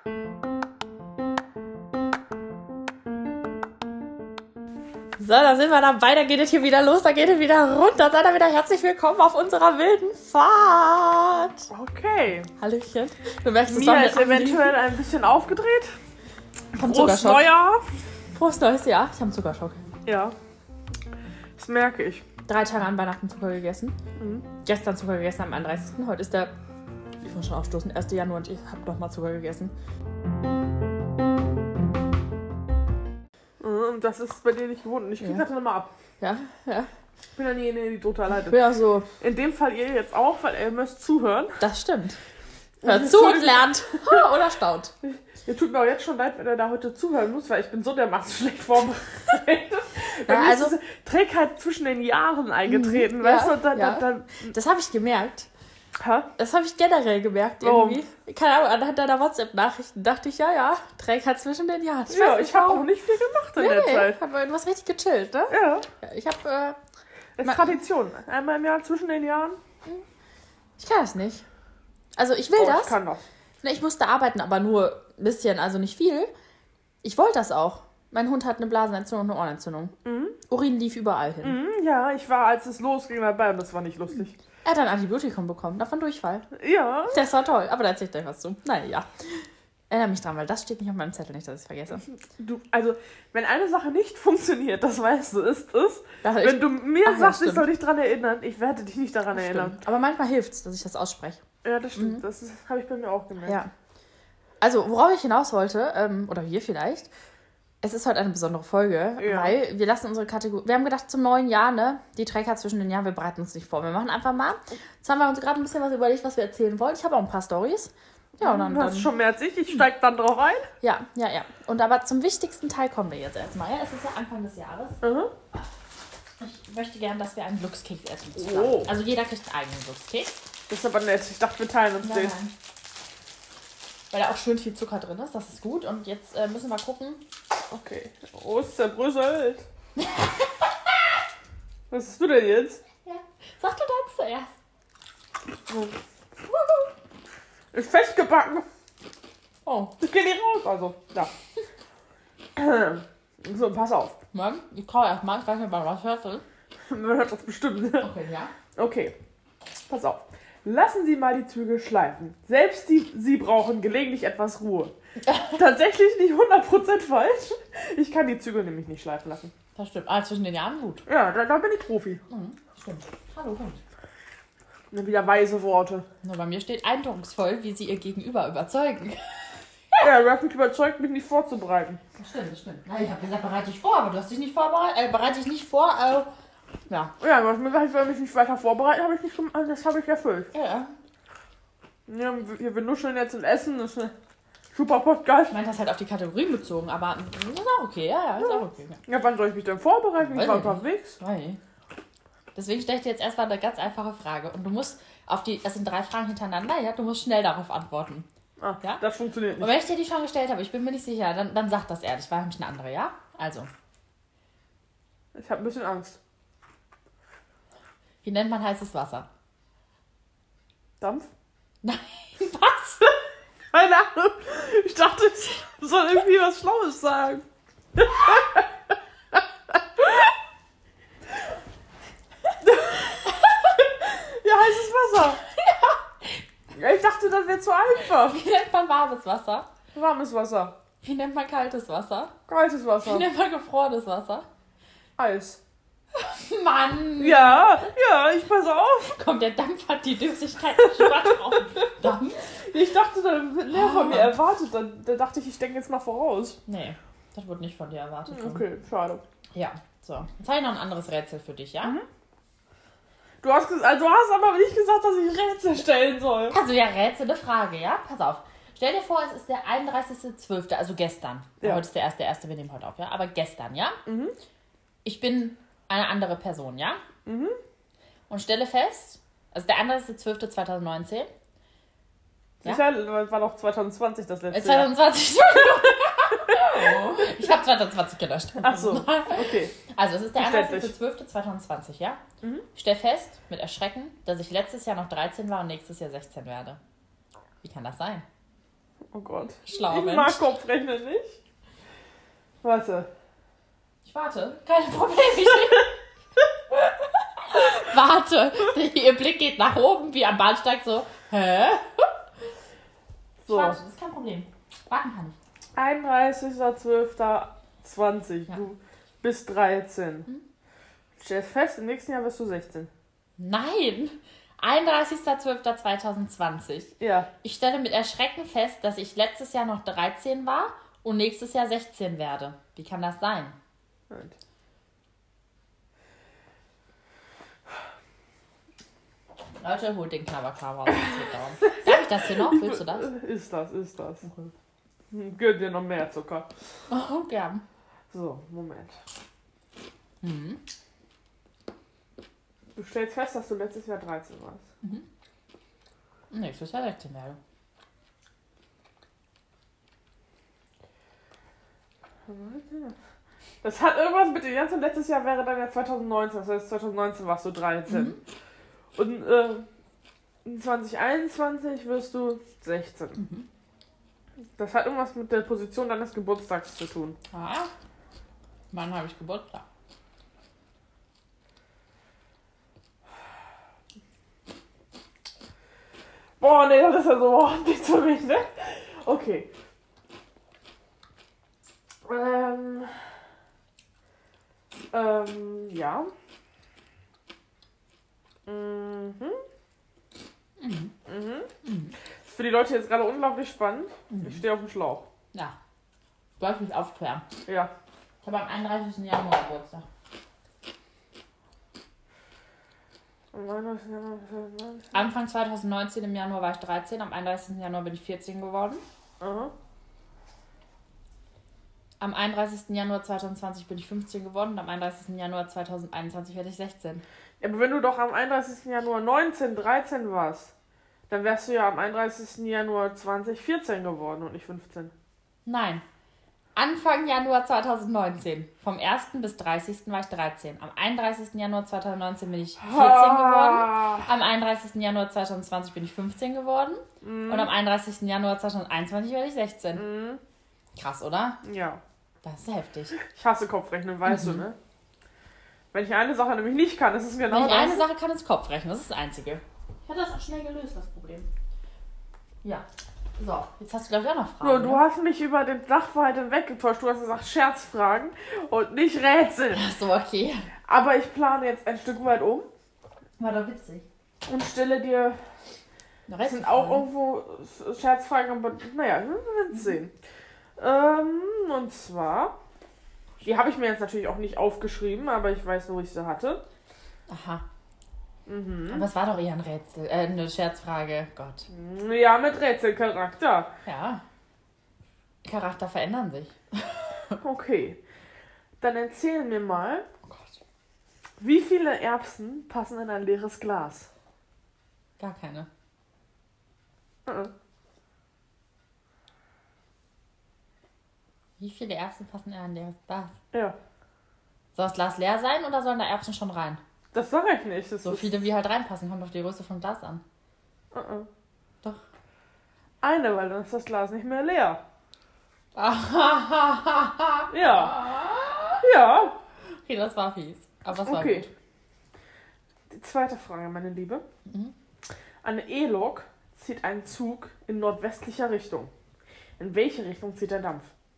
So, da sind wir dabei, da geht es hier wieder los, da geht es wieder runter. Seid ihr wieder herzlich willkommen auf unserer wilden Fahrt. Okay. Hallöchen. Du merkst, es Mia ist eventuell ein bisschen aufgedreht. Frohes Neujahr. Frohes Neues, ja. Ich habe einen Zuckerschock. Ja. Das merke ich. 3 Tage an Weihnachten Zucker gegessen. Gestern Zucker gegessen am 31. Heute ist der, ich muss schon aufstoßen, 1. Januar und ich habe nochmal Zucker gegessen. Und das ist bei dir nicht gewohnt. Und ich kriege das nochmal ab. Ja. Ich bin ja nie die total leid. Ja, so. In dem Fall ihr jetzt auch, weil ihr müsst zuhören. Das stimmt. Hört zu und lernt. Oder staunt. Ihr tut mir auch jetzt schon leid, wenn ihr da heute zuhören muss, weil ich bin so dermaßen schlecht vorbereitet. Ja, also diese Trägheit zwischen den Jahren eingetreten, weißt du? Das habe ich gemerkt. Hä? Das habe ich generell gemerkt irgendwie. Keine Ahnung, anhand deiner WhatsApp-Nachrichten dachte ich, ja, Trägheit zwischen den Jahren. Ich habe auch nicht viel gemacht in der Zeit. Aber irgendwas richtig gechillt, ne? Ja. Ich habe... das ist Tradition. Einmal im Jahr zwischen den Jahren. Ich kann das nicht. Also ich will das. Ich kann das. Ne, ich musste arbeiten, aber nur ein bisschen, also nicht viel. Ich wollte das auch. Mein Hund hat eine Blasenentzündung und eine Ohrenentzündung. Urin lief überall hin. Ja, ich war, als es losging, dabei und das war nicht lustig. Er hat ein Antibiotikum bekommen, davon Durchfall. Ja. Das war toll, aber da erzähl ich gleich was zu. Naja. Erinnere mich dran, weil das steht nicht auf meinem Zettel, nicht, dass ich es vergesse. Also, wenn eine Sache nicht funktioniert, das weißt du, ist es, Ja, wenn du mir sagst, stimmt. ich soll dich dran erinnern, ich werde dich nicht daran erinnern. Stimmt. Aber manchmal hilft es, dass ich das ausspreche. Ja, das stimmt. Das habe ich bei mir auch gemerkt. Ja. Also, worauf ich hinaus wollte, oder wir vielleicht, es ist heute eine besondere Folge, weil wir lassen unsere Kategorie, wir haben gedacht, zum neuen Jahr, ne, die Träger zwischen den Jahren, wir bereiten uns nicht vor. Wir machen einfach mal. Jetzt haben wir uns gerade ein bisschen was überlegt, was wir erzählen wollen. Ich habe auch ein paar Storys. Ja, und dann, du hast schon mehr als ich steige dann drauf ein. Ja. Und aber zum wichtigsten Teil kommen wir jetzt erstmal. Ja, es ist ja Anfang des Jahres. Ich möchte gerne, dass wir einen Glückskeks essen zusammen. Oh. Also jeder kriegt einen eigenen Glückskeks. Das ist aber nett. Ich dachte, wir teilen uns den. Nein. Weil da auch schön viel Zucker drin ist, das ist gut. Und jetzt müssen wir gucken. Okay. Oh, ist zerbröselt. Was hast du denn jetzt? Ja. Sag du dann zuerst. Ist festgebacken. Oh. Ich gehe nicht raus, also. Ja. So, pass auf. Mann, ich kaufe erstmal. Ich weiß nicht, was hört das? Man hört das bestimmt. Okay, ja. Okay. Pass auf. Lassen Sie mal die Zügel schleifen. Selbst Sie brauchen gelegentlich etwas Ruhe. Tatsächlich nicht 100% falsch. Ich kann die Zügel nämlich nicht schleifen lassen. Das stimmt. Zwischen den Jahren gut. Ja, da bin ich Profi. Stimmt. Hallo, Hund. Und wieder weise Worte. Nur bei mir steht eindrucksvoll, wie Sie Ihr Gegenüber überzeugen. Ja, du hast mich überzeugt, mich nicht vorzubereiten. Das stimmt. Nein, ich habe gesagt, bereite dich vor, aber du hast dich nicht vorbereitet. Bereite dich nicht vor, ja. Ja, du hast mir gesagt, ich soll mich nicht weiter vorbereiten, das habe ich erfüllt. Ja. Ja, wir nuscheln jetzt und essen, das ist ein super Podcast. Ich meine, das halt auf die Kategorien bezogen, aber ist auch okay, ja, ist auch okay. Ja, wann soll ich mich denn vorbereiten? Ich war unterwegs. Nein. Deswegen stelle ich dir jetzt erstmal eine ganz einfache Frage. Und du musst das sind 3 Fragen hintereinander, ja, du musst schnell darauf antworten. Ja? Das funktioniert Und nicht. wenn ich dir die schon gestellt habe, ich bin mir nicht sicher, dann sag das ehrlich, war nämlich eine andere, ja? Also. Ich habe ein bisschen Angst. Wie nennt man heißes Wasser? Dampf? Nein, was? Keine Ahnung. Ich dachte, ich soll irgendwie was Schlaues sagen. Ja, heißes Wasser. Ja. Ich dachte, das wäre zu einfach. Wie nennt man warmes Wasser? Warmes Wasser. Wie nennt man kaltes Wasser? Kaltes Wie Wasser. nennt man gefrorenes Wasser? Eis. Mann! Ja, ich pass auf. Kommt, der Dampf hat die Düssigkeit schwach auf. Dampf? Ich dachte, da wird mehr von mir erwartet. Da dachte ich denke jetzt mal voraus. Nee, das wurde nicht von dir erwartet. Okay, schade. Ja, so. Jetzt habe ich noch ein anderes Rätsel für dich, ja? Du hast aber nicht gesagt, dass ich Rätsel stellen soll. Also ja, Rätsel, eine Frage, ja? Pass auf. Stell dir vor, es ist der 31.12., also gestern. Ja. Heute ist der 1.1., wir nehmen heute auf, ja? Aber gestern, ja? Ich bin eine andere Person, ja? Und stelle fest, also der 31.12.2019. Sicher, ja? War doch 2020 das letzte Jahr. 2020, Ich habe 2020 gelöscht. Ach so, okay. Also es ist der 31.12.2020, ja? Ich stelle fest, mit Erschrecken, dass ich letztes Jahr noch 13 war und nächstes Jahr 16 werde. Wie kann das sein? Oh Gott. Schlau, Ich Mensch. mag Kopfrechnen nicht. Warte. Ich warte. Kein Problem. Warte. Ihr Blick geht nach oben wie am Bahnsteig so. Hä? So. Warte, das ist kein Problem. Warten kann ich. 31.12.20. Ja. Du bist 13. Stellst fest, im nächsten Jahr wirst du 16. Nein. 31.12.2020. Ja. Ich stelle mit Erschrecken fest, dass ich letztes Jahr noch 13 war und nächstes Jahr 16 werde. Wie kann das sein? Moment. Leute, holt den Knabberkram raus. Das wird dauern. Darf ich das hier noch? Willst du das? Ist das. Okay. Gönn dir noch mehr Zucker. Oh, gern. So, Moment. Mhm. Du stellst fest, dass du letztes Jahr 13 warst. Nächstes Jahr 16 werde. Das hat irgendwas mit dem ganzen letztes Jahr wäre dann ja 2019. Das heißt, 2019 warst du 13. Und in 2021 wirst du 16. Das hat irgendwas mit der Position deines Geburtstags zu tun. Ah. Wann habe ich Geburtstag? Boah, nee, das ist ja so überhaupt nichts für mich, ne? Okay. Ja. Ist für die Leute jetzt gerade unglaublich spannend. Ich stehe auf dem Schlauch. Ja. Du wolltest mich aufklären. Ja. Ich habe am 31. Januar Geburtstag. Anfang 2019 im Januar war ich 13, am 31. Januar bin ich 14 geworden. Aha. Am 31. Januar 2020 bin ich 15 geworden und am 31. Januar 2021 werde ich 16. Ja, aber wenn du doch am 31. Januar 13 warst, dann wärst du ja am 31. Januar 2014 geworden und nicht 15. Nein. Anfang Januar 2019. Vom 1. bis 30. war ich 13. Am 31. Januar 2019 bin ich 14 geworden. Am 31. Januar 2020 bin ich 15 geworden. Und am 31. Januar 2021 werde ich 16. Krass, oder? Ja. Das ist heftig. Ich hasse Kopfrechnen, weißt du, ne? Wenn ich eine Sache nämlich nicht kann, ist es genau Wenn ich das. eine Sache kann, ist Kopfrechnen. Das ist das Einzige. Ich hatte das auch schnell gelöst, das Problem. Ja. So, jetzt hast du, glaube ich, auch noch Fragen. So, du hast mich über den Sachverhalt hinweggetäuscht. Du hast gesagt Scherzfragen und nicht Rätsel. Ach so, okay. Aber ich plane jetzt ein Stück weit um War doch witzig. und stelle dir... Das sind auch irgendwo Scherzfragen, aber naja, wir werden es sehen. Und zwar... Die habe ich mir jetzt natürlich auch nicht aufgeschrieben, aber ich weiß, wo ich sie hatte. Aha. Aber es war doch eher ein Rätsel, eine Scherzfrage. Gott. Ja, mit Rätselcharakter. Ja. Charakter verändern sich. Okay. Dann erzähl mir mal, Oh Gott. wie viele Erbsen passen in ein leeres Glas? Gar keine. Wie viele Erbsen passen in ein leeres Glas? Ja, Soll das Glas leer sein oder sollen da Erbsen schon rein? das sage ich nicht. Das So ist viele wie halt reinpassen, kommt auf die Größe vom Glas an. Doch. Eine, weil dann ist das Glas nicht mehr leer. Ja. Ja. Okay, das war fies. Aber das war Okay. gut. Die zweite Frage, meine Liebe. Eine E-Lok zieht einen Zug in nordwestlicher Richtung. In welche Richtung zieht der Dampf?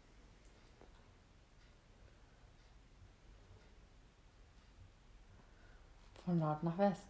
Von Nord nach West.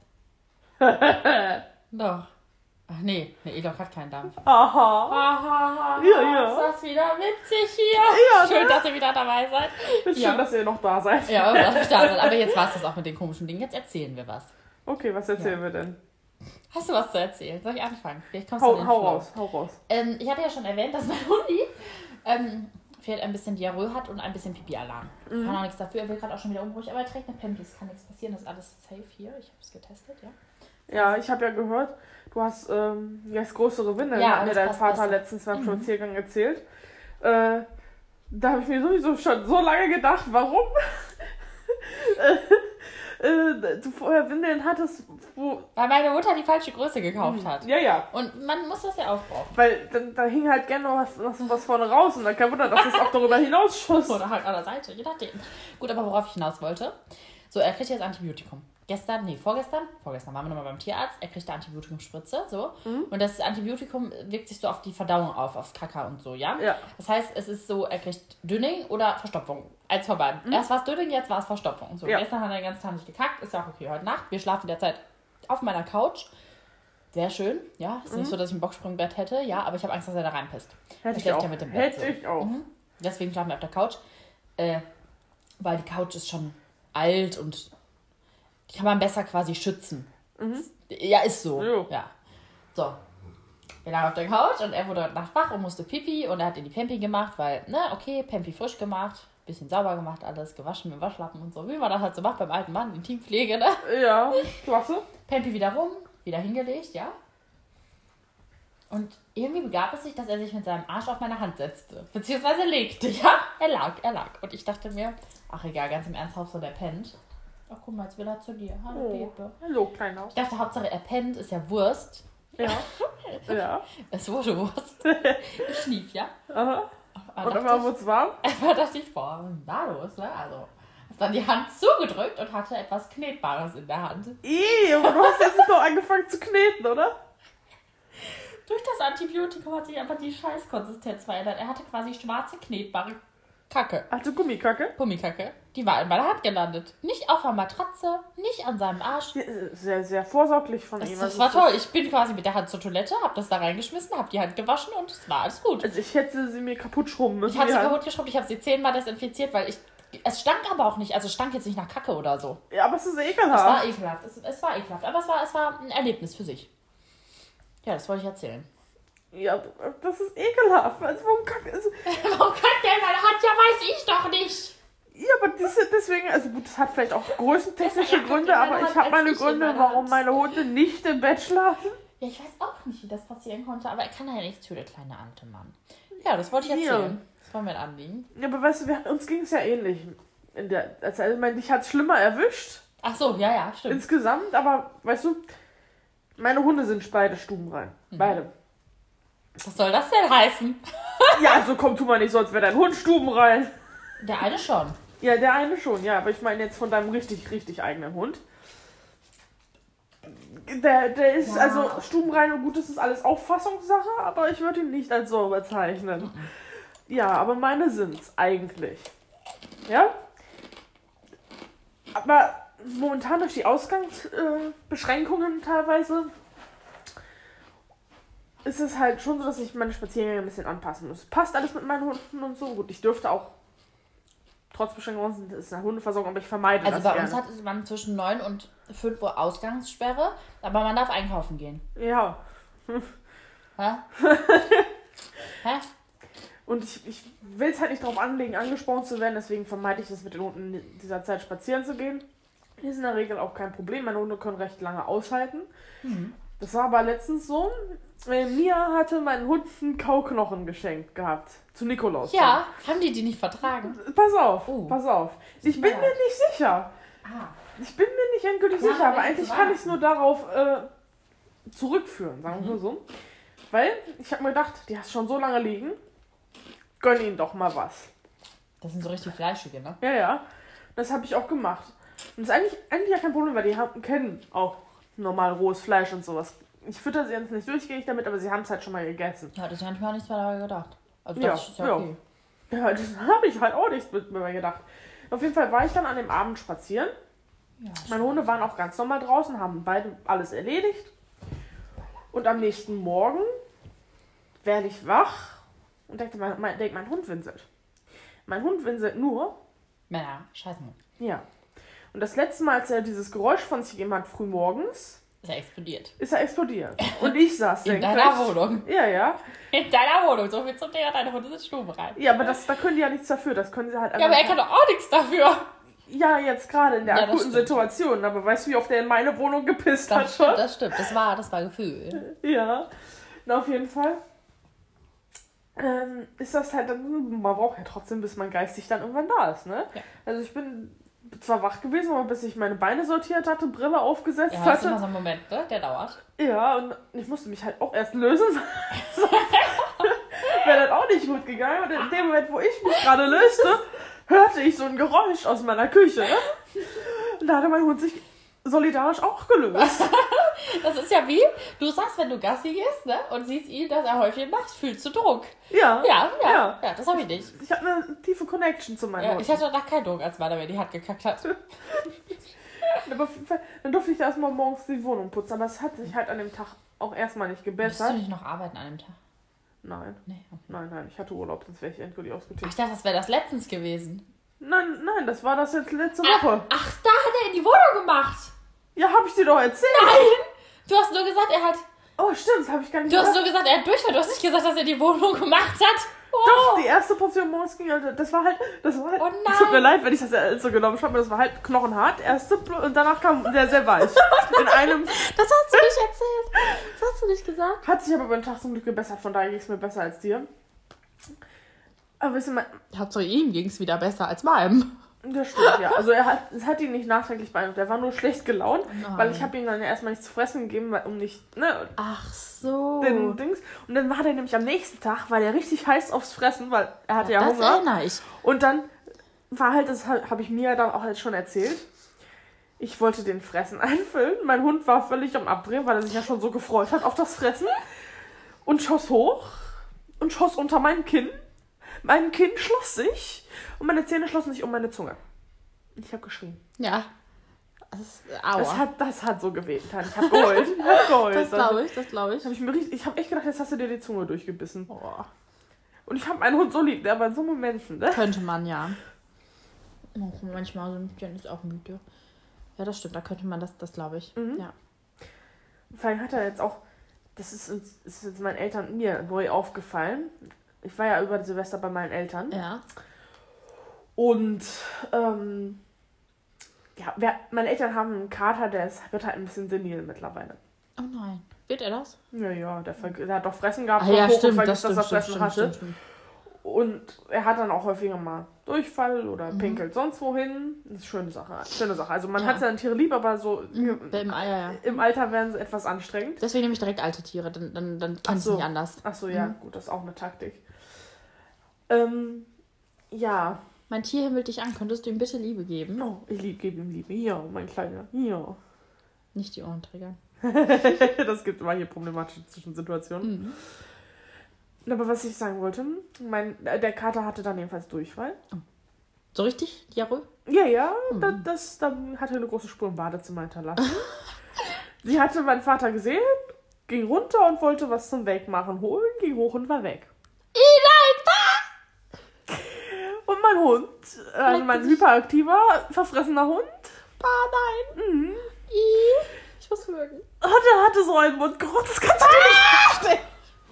Doch. Ach nee, eine E-Lok hat keinen Dampf. Aha. Ja. Ist das wieder witzig hier? Ja, Schön, ne? dass ihr wieder dabei seid. Ist Ja. schön, dass ihr noch da seid. Ja, dass ich da bin. Aber jetzt war es das auch mit den komischen Dingen. Jetzt erzählen wir was. Okay, was erzählen wir denn? Hast du was zu erzählen? Soll ich anfangen? Vielleicht kommst du in den Hau Flow. raus. Ich hatte ja schon erwähnt, dass mein Hundi vielleicht ein bisschen Diarrhoe hat und ein bisschen Pipi-Alarm. Kann auch nichts dafür, er will gerade auch schon wieder unruhig, aber er trägt eine Pampers, kann nichts passieren, das ist alles safe hier. Ich habe es getestet, ja. Ja, ich habe ja gehört, du hast größere Windeln, Ja, hat mir das dein passt Vater besser. letztens beim Spaziergang erzählt. Da habe ich mir sowieso schon so lange gedacht, warum du vorher Windeln hattest, wo... Weil meine Mutter die falsche Größe gekauft hat. Ja, ja. Und man muss das ja aufbrauchen. Weil da hing halt gerne noch was vorne raus und dann kein Wunder, dass das auch darüber hinausschoss. Oder halt an der Seite, je nachdem. Gut, aber worauf ich hinaus wollte. So, er kriegt jetzt Antibiotikum. Vorgestern waren wir nochmal beim Tierarzt. Er kriegt eine Antibiotikumspritze, so. Und das Antibiotikum wirkt sich so auf die Verdauung auf Kaka und so, ja? Ja. Das heißt, es ist so, er kriegt Dünning oder Verstopfung. Eins von beiden. Erst war es Dünning, jetzt war es Verstopfung. So, Gestern hat er den ganzen Tag nicht gekackt. Ist ja auch okay, heute Nacht. Wir schlafen derzeit auf meiner Couch. Sehr schön, ja. Ist nicht so, dass ich ein Boxsprungbett hätte, ja, aber ich habe Angst, dass er da reinpisst. Hätte ich auch. Ja mit dem Bett, hätte ich auch. Deswegen schlafen wir auf der Couch. Weil die Couch ist schon alt und die kann man besser quasi schützen. Ja, ist so. Ja. So. Wir lagen auf der Couch und er wurde heute Nacht wach und musste Pipi und er hat in die Pempi gemacht, weil, Pempi frisch gemacht, bisschen sauber gemacht, alles gewaschen mit Waschlappen und so, wie man das halt so macht beim alten Mann, Intimpflege, ne? Ja, klasse. Pempi wieder rum, wieder hingelegt, ja. Und irgendwie begab es sich, dass er sich mit seinem Arsch auf meine Hand setzte. Beziehungsweise legte, ja. Er lag. Und ich dachte mir, ach egal, ganz im Ernst, Hauptsache der pennt. Ach guck mal, jetzt will er zu dir. Hallo, Pepe. Hallo, Kleiner. Ich dachte, Hauptsache er pennt, ist ja Wurst. Ja. Ja. Es wurde Wurst. Ich schlief, ja. Aha. Und dann wurde es warm? Da dachte ich, boah, was ist denn da los, ne? Also, hab dann die Hand zugedrückt und hatte etwas Knetbares in der Hand. Aber du hast jetzt doch angefangen zu kneten, oder? Durch das Antibiotikum hat sich einfach die Scheißkonsistenz verändert. Er hatte quasi schwarze, knetbare Kacke. Hatte Gummikacke? Gummikacke. Die war in meiner Hand gelandet. Nicht auf der Matratze, nicht an seinem Arsch. Sehr, sehr vorsorglich von ihm. Das war toll. Ich bin quasi mit der Hand zur Toilette, hab das da reingeschmissen, hab die Hand gewaschen und es war alles gut. Also ich hätte sie mir kaputt schrubben müssen. Ich habe sie kaputt geschrubbt, ich habe sie 10-mal desinfiziert, weil es stank aber auch nicht. Also es stank jetzt nicht nach Kacke oder so. Ja, aber es ist ekelhaft. Es war ekelhaft. Es war ekelhaft. Aber es war ein Erlebnis für sich. Ja, das wollte ich erzählen. Ja, das ist ekelhaft. Also warum kackt es? Warum kackt der in meine Hand? Ja, weiß ich doch nicht. Ja, aber deswegen, also gut, das hat vielleicht auch größentechnische Gründe, aber ich habe meine Gründe, warum meine Hunde nicht im Bett schlafen. Ja, ich weiß auch nicht, wie das passieren konnte, aber er kann ja nichts für der kleine alte Mann. Ja, das wollte ich erzählen. Ja. Das war mein Anliegen. Ja, aber weißt du, uns ging es ja ähnlich. Also ich meine, dich hat es schlimmer erwischt. Ach so, ja, stimmt. Insgesamt, aber weißt du, meine Hunde sind beide stubenrein. Beide. Was soll das denn heißen? Ja, also komm, tu mal nicht so, als wäre dein Hund stubenrein. Der eine schon. Ja, der eine schon, ja. Aber ich meine jetzt von deinem richtig, richtig eigenen Hund. Der ist, also stubenrein und gut, das ist alles Auffassungssache, aber ich würde ihn nicht als so bezeichnen. Ja, aber meine sind's eigentlich. Ja? Aber momentan durch die Ausgangsbeschränkungen teilweise ist es halt schon so, dass ich meine Spaziergänge ein bisschen anpassen muss. Passt alles mit meinen Hunden und so. Gut, ich dürfte auch trotz Beschränkungen, ist eine Hundeversorgung, aber ich vermeide das gerne. Also bei uns hat man zwischen 9 und 5 Uhr Ausgangssperre, aber man darf einkaufen gehen. Ja. Hä? Hä? Und ich will es halt nicht darauf anlegen, angesprochen zu werden, deswegen vermeide ich es mit den Hunden in dieser Zeit spazieren zu gehen. Ist in der Regel auch kein Problem, meine Hunde können recht lange aushalten. Das war aber letztens so, Mia hatte meinen Hund einen Kauknochen geschenkt gehabt, zu Nikolaus. Ja, haben die nicht vertragen? Pass auf. Ich bin mir nicht sicher. Ich bin mir nicht endgültig sicher, aber eigentlich kann ich es nur darauf zurückführen, sagen wir so. Weil ich habe mir gedacht, die hast schon so lange liegen, gönn ihnen doch mal was. Das sind so richtig fleischige, ne? Ja. Das habe ich auch gemacht. Und das ist eigentlich ja kein Problem, weil die kennen auch normal rohes Fleisch und sowas. Ich fütter sie jetzt nicht durchgängig damit, aber sie haben es halt schon mal gegessen. Ja, das habe ich mir auch nichts mehr dabei gedacht. Also das ist ja okay. Ja, das habe ich halt auch nichts mit mir gedacht. Auf jeden Fall war ich dann an dem Abend spazieren. Ja, meine Hunde waren auch ganz normal draußen, haben beide alles erledigt. Und am nächsten Morgen werde ich wach und denke, mein Hund winselt. Mein Hund winselt nur. Männer, scheiße. Ja. Und das letzte Mal, als er dieses Geräusch von sich gegeben hat, früh morgens, ist er explodiert. Und ich saß in deiner Wohnung. Ja. In deiner Wohnung. So viel zum Thema, deine Hunde sind stubenrein. Ja, aber da können die ja nichts dafür. Das können sie halt einfach. Ja, aber er kann doch auch nichts dafür. Ja, jetzt gerade in der akuten Situation. Aber weißt du, wie oft er in meine Wohnung gepisst hat schon? Das stimmt. Das war Gefühl. Ja. Na, auf jeden Fall. Ist das halt dann, man braucht ja trotzdem, bis man geistig dann irgendwann da ist, ne? Ja. Also ich bin zwar wach gewesen, aber bis ich meine Beine sortiert hatte, Brille aufgesetzt Ja, hatte. das ist immer so ein Moment, ne? Der dauert. Ja, und ich musste mich halt auch erst lösen. Wäre das auch nicht gut gegangen. Und in dem Moment, wo ich mich gerade löste, hörte ich so ein Geräusch aus meiner Küche. Ne? Und da hatte mein Hund sich solidarisch auch gelöst. Das ist ja wie, du sagst, wenn du Gassi gehst, ne? Und siehst ihn, dass er Häufchen macht, fühlst du Druck. Ja. Ja, das habe ich nicht. Ich habe eine tiefe Connection zu meinem Hund. Ich hatte danach keinen Druck, als Mada mir die Hand gekackt hat. Aber auf jeden Fall, dann durfte ich erstmal morgens die Wohnung putzen. Aber es hat sich halt an dem Tag auch erstmal nicht Musst gebessert. du nicht noch arbeiten an dem Tag? Nein. Nee, okay. Nein, ich hatte Urlaub, sonst wäre ich endgültig ausgetickt. Ich dachte, das wäre das letztens gewesen. Nein, das war das jetzt letzte Woche. Ach, da hat er in die Wohnung gemacht. Ja, habe ich dir doch erzählt. Nein! Du hast nur gesagt, er hat... Oh, stimmt, das habe ich gar nicht Du hast gesagt. nur gesagt, er hat Durchfall. Du hast nicht gesagt, dass er die Wohnung gemacht hat. Oh. Doch, die erste Portion morgens ging, also das war halt, Oh nein. tut mir leid, wenn ich das jetzt so genommen habe, das war halt knochenhart, und danach kam der sehr weich. In einem, Das hast du nicht erzählt. Das hast du nicht gesagt. hat sich aber über den Tag zum Glück gebessert, von daher ging es mir besser als dir. Aber wisst ihr mal, Zu ihm ging es wieder besser als meinem. das stimmt, ja. Also es hat ihn nicht nachträglich beeindruckt, er war nur schlecht gelaunt, Nein. weil ich habe ihm dann ja erstmal nichts zu fressen gegeben, um nicht, ne, Ach so. den Dings. Und dann war der nämlich am nächsten Tag, war der richtig heiß aufs Fressen, weil er hatte ja das Hunger. erinnere ich. Und dann war halt, das habe ich mir dann auch halt schon erzählt, ich wollte den Fressen einfüllen. Mein Hund war völlig am Abdrehen, weil er sich ja schon so gefreut hat auf das Fressen. Und schoss hoch und schoss unter mein Kinn. Mein Kinn schloss sich und meine Zähne schlossen sich um meine Zunge. Ich habe geschrien. Ja. Aua. Das hat so gewehgetan. Ich habe geheult. Das glaube ich. Ich habe echt gedacht, jetzt hast du dir die Zunge durchgebissen. Oh. Und ich habe meinen Hund so lieb, der war in so Momenten, ne? Könnte man, ja. Oh, manchmal sind Janice auch müde. Ja, das stimmt, da könnte man das glaube ich. Mhm. Ja. Vor allem hat er jetzt auch, das ist jetzt meinen Eltern und mir neu aufgefallen. Ich war ja über Silvester bei meinen Eltern. Ja. Und, meine Eltern haben einen Kater, wird halt ein bisschen senil mittlerweile. Oh nein. Wird er das? Ja, der hat doch Fressen gehabt, Ja, hoch und stimmt, vergisst, das dass er stimmt, Fressen hatte. stimmt. Und er hat dann auch häufiger mal Durchfall oder pinkelt sonst wohin. Das ist eine schöne Sache. Also man hat seine Tiere lieb, aber so im Alter werden sie etwas anstrengend. Deswegen nehme ich direkt alte Tiere, dann kann es nicht anders. Ach so, ja, gut, das ist auch eine Taktik. Ja. Mein Tier himmelt dich an, könntest du ihm bitte Liebe geben? Oh, ich gebe ihm Liebe. Ja, mein Kleiner. Ja. Nicht die Ohren triggern. Das gibt immer hier problematische Zwischensituationen. Aber was ich sagen wollte, der Kater hatte dann jedenfalls Durchfall. Oh. So richtig? Diarrhoe? Ja, dann hat er eine große Spur im Badezimmer hinterlassen. Sie hatte meinen Vater gesehen, ging runter und wollte was zum Wegmachen holen, ging hoch und war weg. Und mein Hund, mein hyperaktiver, verfressener Hund. Nein. Mhm. Ich muss würgen. Der hatte so einen Mundgeruch, das kannst du dir nicht vorstellen.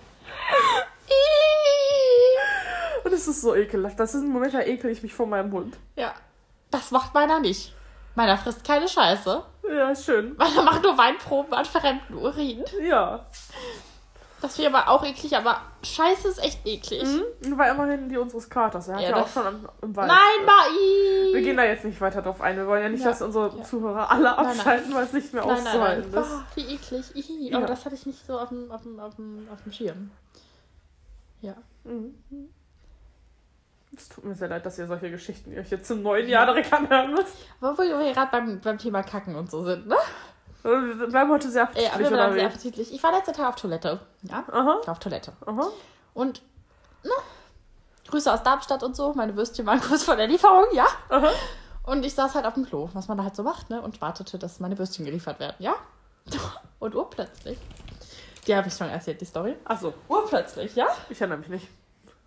Und es ist so ekelhaft. Das ist ein Moment, da ekel ich mich vor meinem Hund. Ja. Das macht meiner nicht. Meiner frisst keine Scheiße. Ja, ist schön. Meiner macht nur Weinproben an verrennten Urin. Ja. Das wäre aber auch eklig, aber Scheiße ist echt eklig. Mhm. War immerhin die unseres Katers. Er hat ja auch schon im Wald. Nein, Mai! Wir gehen da jetzt nicht weiter drauf ein. Wir wollen ja nicht, dass unsere Zuhörer alle abschalten, weil es nicht mehr auszuhalten ist. Oh, wie eklig. Aber das hatte ich nicht so auf dem Schirm. Ja. Mhm. Es tut mir sehr leid, dass ihr solche Geschichten, die euch jetzt zum neuen Jahr direkt anhören müsst. Aber wo wir gerade beim Thema Kacken und so sind, ne? Wir bleiben heute sehr appetitlich, oder sehr appetitlich. Ich war letzten Tag auf Toilette. Ja? Aha. Ich war auf Toilette. Aha. Und, Grüße aus Darmstadt und so. Meine Würstchen waren kurz vor der Lieferung, ja? Aha. Und ich saß halt auf dem Klo, was man da halt so macht, ne? Und wartete, dass meine Würstchen geliefert werden, ja? Und urplötzlich. Die habe ich schon erzählt, die Story. Ach so. Urplötzlich, ja? Ich erinnere mich nicht.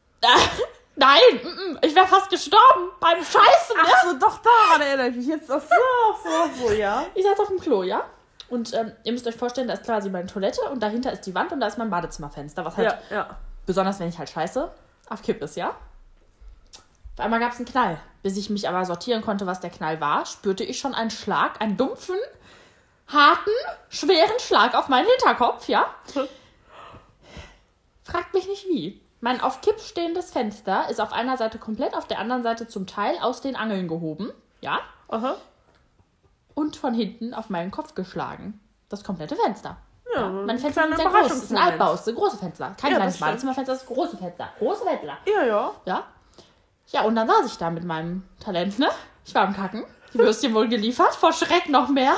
Nein, ich wäre fast gestorben beim Scheißen, ja? Ach so, doch, daran erinnere ich mich jetzt. Ach so, ja. Ich saß auf dem Klo, ja? Und ihr müsst euch vorstellen, da ist quasi meine Toilette und dahinter ist die Wand und da ist mein Badezimmerfenster, was halt, besonders wenn ich halt scheiße, auf Kipp ist, ja? Auf einmal gab es einen Knall. Bis ich mich aber sortieren konnte, was der Knall war, spürte ich schon einen Schlag, einen dumpfen, harten, schweren Schlag auf meinen Hinterkopf, ja? Fragt mich nicht wie. Mein auf Kipp stehendes Fenster ist auf einer Seite komplett, auf der anderen Seite zum Teil aus den Angeln gehoben, ja? Aha. Und von hinten auf meinen Kopf geschlagen. Das komplette Fenster. Ja, mein Fenster ist sehr groß. Das ist ein Altbau, das ist ein großes Fenster. Kein kleines Badezimmerfenster, das ist ein großes Fenster. Große Fenster. Ja. Ja, und dann saß ich da mit meinem Talent, ne? Ich war am Kacken. Die Würstchen wurden geliefert. Vor Schreck noch mehr,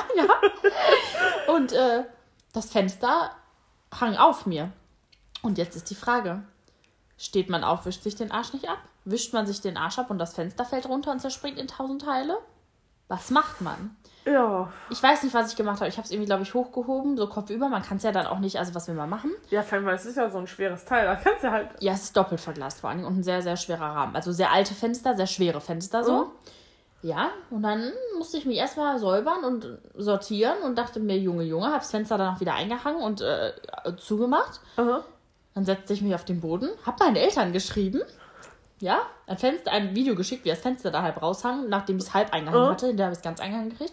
ja. Und das Fenster hang auf mir. Und jetzt ist die Frage. Steht man auf, wischt sich den Arsch nicht ab? Wischt man sich den Arsch ab und das Fenster fällt runter und zerspringt in 1000 Teile? Was macht man? Ja. Ich weiß nicht, was ich gemacht habe. Ich habe es irgendwie, glaube ich, hochgehoben, so kopfüber. Man kann es ja dann auch nicht, also was will man machen? Ja, vor allem, weil es ist ja so ein schweres Teil. Da kannst du halt... Ja, es ist doppelt verglast vor allen Dingen und ein sehr, sehr schwerer Rahmen. Also sehr alte Fenster, sehr schwere Fenster so. Ja, und dann musste ich mich erstmal säubern und sortieren und dachte mir, Junge, habe das Fenster dann auch wieder eingehangen und zugemacht. Aha. Dann setzte ich mich auf den Boden, habe meine Eltern geschrieben, ja, ein Video geschickt, wie das Fenster da halb raushang, nachdem ich es halb eingehangen hatte, hinterher habe ich es ganz eingehangen gekriegt.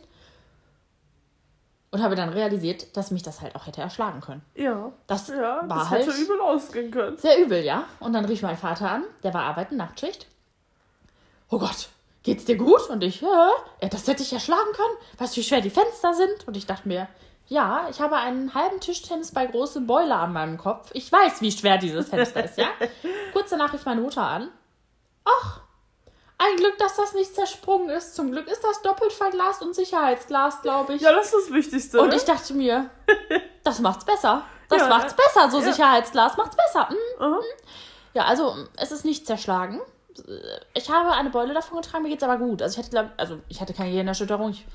Und habe dann realisiert, dass mich das halt auch hätte erschlagen können. Ja. Das das hätte übel ausgehen können. Sehr übel, ja. Und dann rief mein Vater an, der war arbeiten, Nachtschicht. Oh Gott, geht's dir gut? Und ich, ja, das hätte ich ja schlagen können. Weißt du, wie schwer die Fenster sind? Und ich dachte mir, ja, ich habe einen halben Tischtennis bei große Boiler an meinem Kopf. Ich weiß, wie schwer dieses Fenster ist, ja. Kurz danach rief meine Mutter an. Ach, ein Glück, dass das nicht zersprungen ist. Zum Glück ist das doppelt verglast und Sicherheitsglas, glaube ich. Ja, das ist das Wichtigste. Und ich dachte mir, das macht's besser. Das macht's besser, so Sicherheitsglas macht's besser. Ja, also es ist nicht zerschlagen. Ich habe eine Beule davon getragen, mir geht's aber gut. Also ich hatte keine Gehirnerschütterung, ich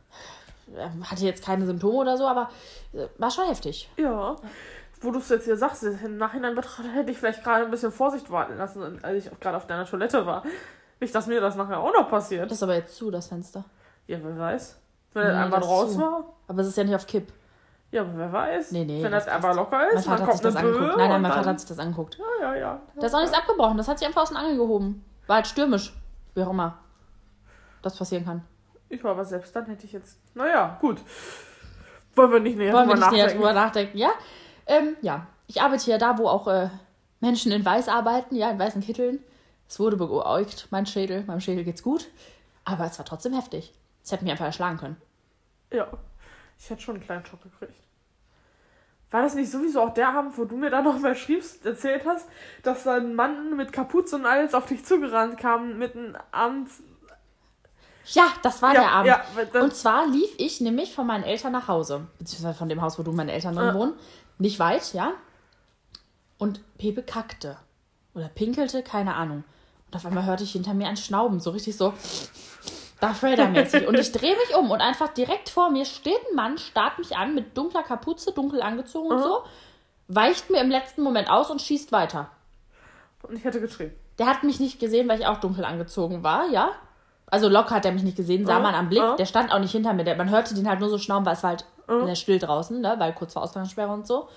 hatte jetzt keine Symptome oder so, aber war schon heftig. Ja. Wo du es jetzt hier sagst, im Nachhinein betrachtet, hätte ich vielleicht gerade ein bisschen Vorsicht walten lassen, als ich gerade auf deiner Toilette war. Nicht, dass mir das nachher auch noch passiert. Das ist aber jetzt zu, das Fenster. Ja, wer weiß. Wenn das einmal raus war. Aber es ist ja nicht auf Kipp. Ja, aber wer weiß. Nee, wenn das einmal locker ist, mein Vater hat sich das angeguckt. Nein, mein Vater hat sich das angeguckt. Ja. Da ist auch nichts abgebrochen, das hat sich einfach aus dem Angel gehoben. War halt stürmisch. Wie auch immer das passieren kann. Ich war aber selbst dann hätte ich jetzt... Naja, gut. Wollen wir nicht näher drüber nachdenken, ja? Ja, ich arbeite ja da, wo auch Menschen in Weiß arbeiten, ja, in weißen Kitteln. Es wurde beäugt, meinem Schädel geht's gut. Aber es war trotzdem heftig. Es hätte mich einfach erschlagen können. Ja, ich hätte schon einen kleinen Schock gekriegt. War das nicht sowieso auch der Abend, wo du mir dann noch mal erzählt hast, dass da ein Mann mit Kapuze und alles auf dich zugerannt kam, mitten abends... Ja, das war der Abend. Ja, und zwar lief ich nämlich von meinen Eltern nach Hause. Beziehungsweise von dem Haus, wo du meine Eltern drin wohnen. Nicht weit, ja. Und Pepe kackte. Oder pinkelte, keine Ahnung. Und auf einmal hörte ich hinter mir ein Schnauben. So richtig so Darth Vader-mäßig. Und ich drehe mich um und einfach direkt vor mir steht ein Mann, starrt mich an mit dunkler Kapuze, dunkel angezogen und so. Weicht mir im letzten Moment aus und schießt weiter. Und ich hätte geschrien. Der hat mich nicht gesehen, weil ich auch dunkel angezogen war, ja. Also locker hat er mich nicht gesehen, sah man am Blick. Der stand auch nicht hinter mir. Man hörte den halt nur so schnauben, weil es war halt sehr still draußen, ne? Weil kurz vor Ausgangssperre und so.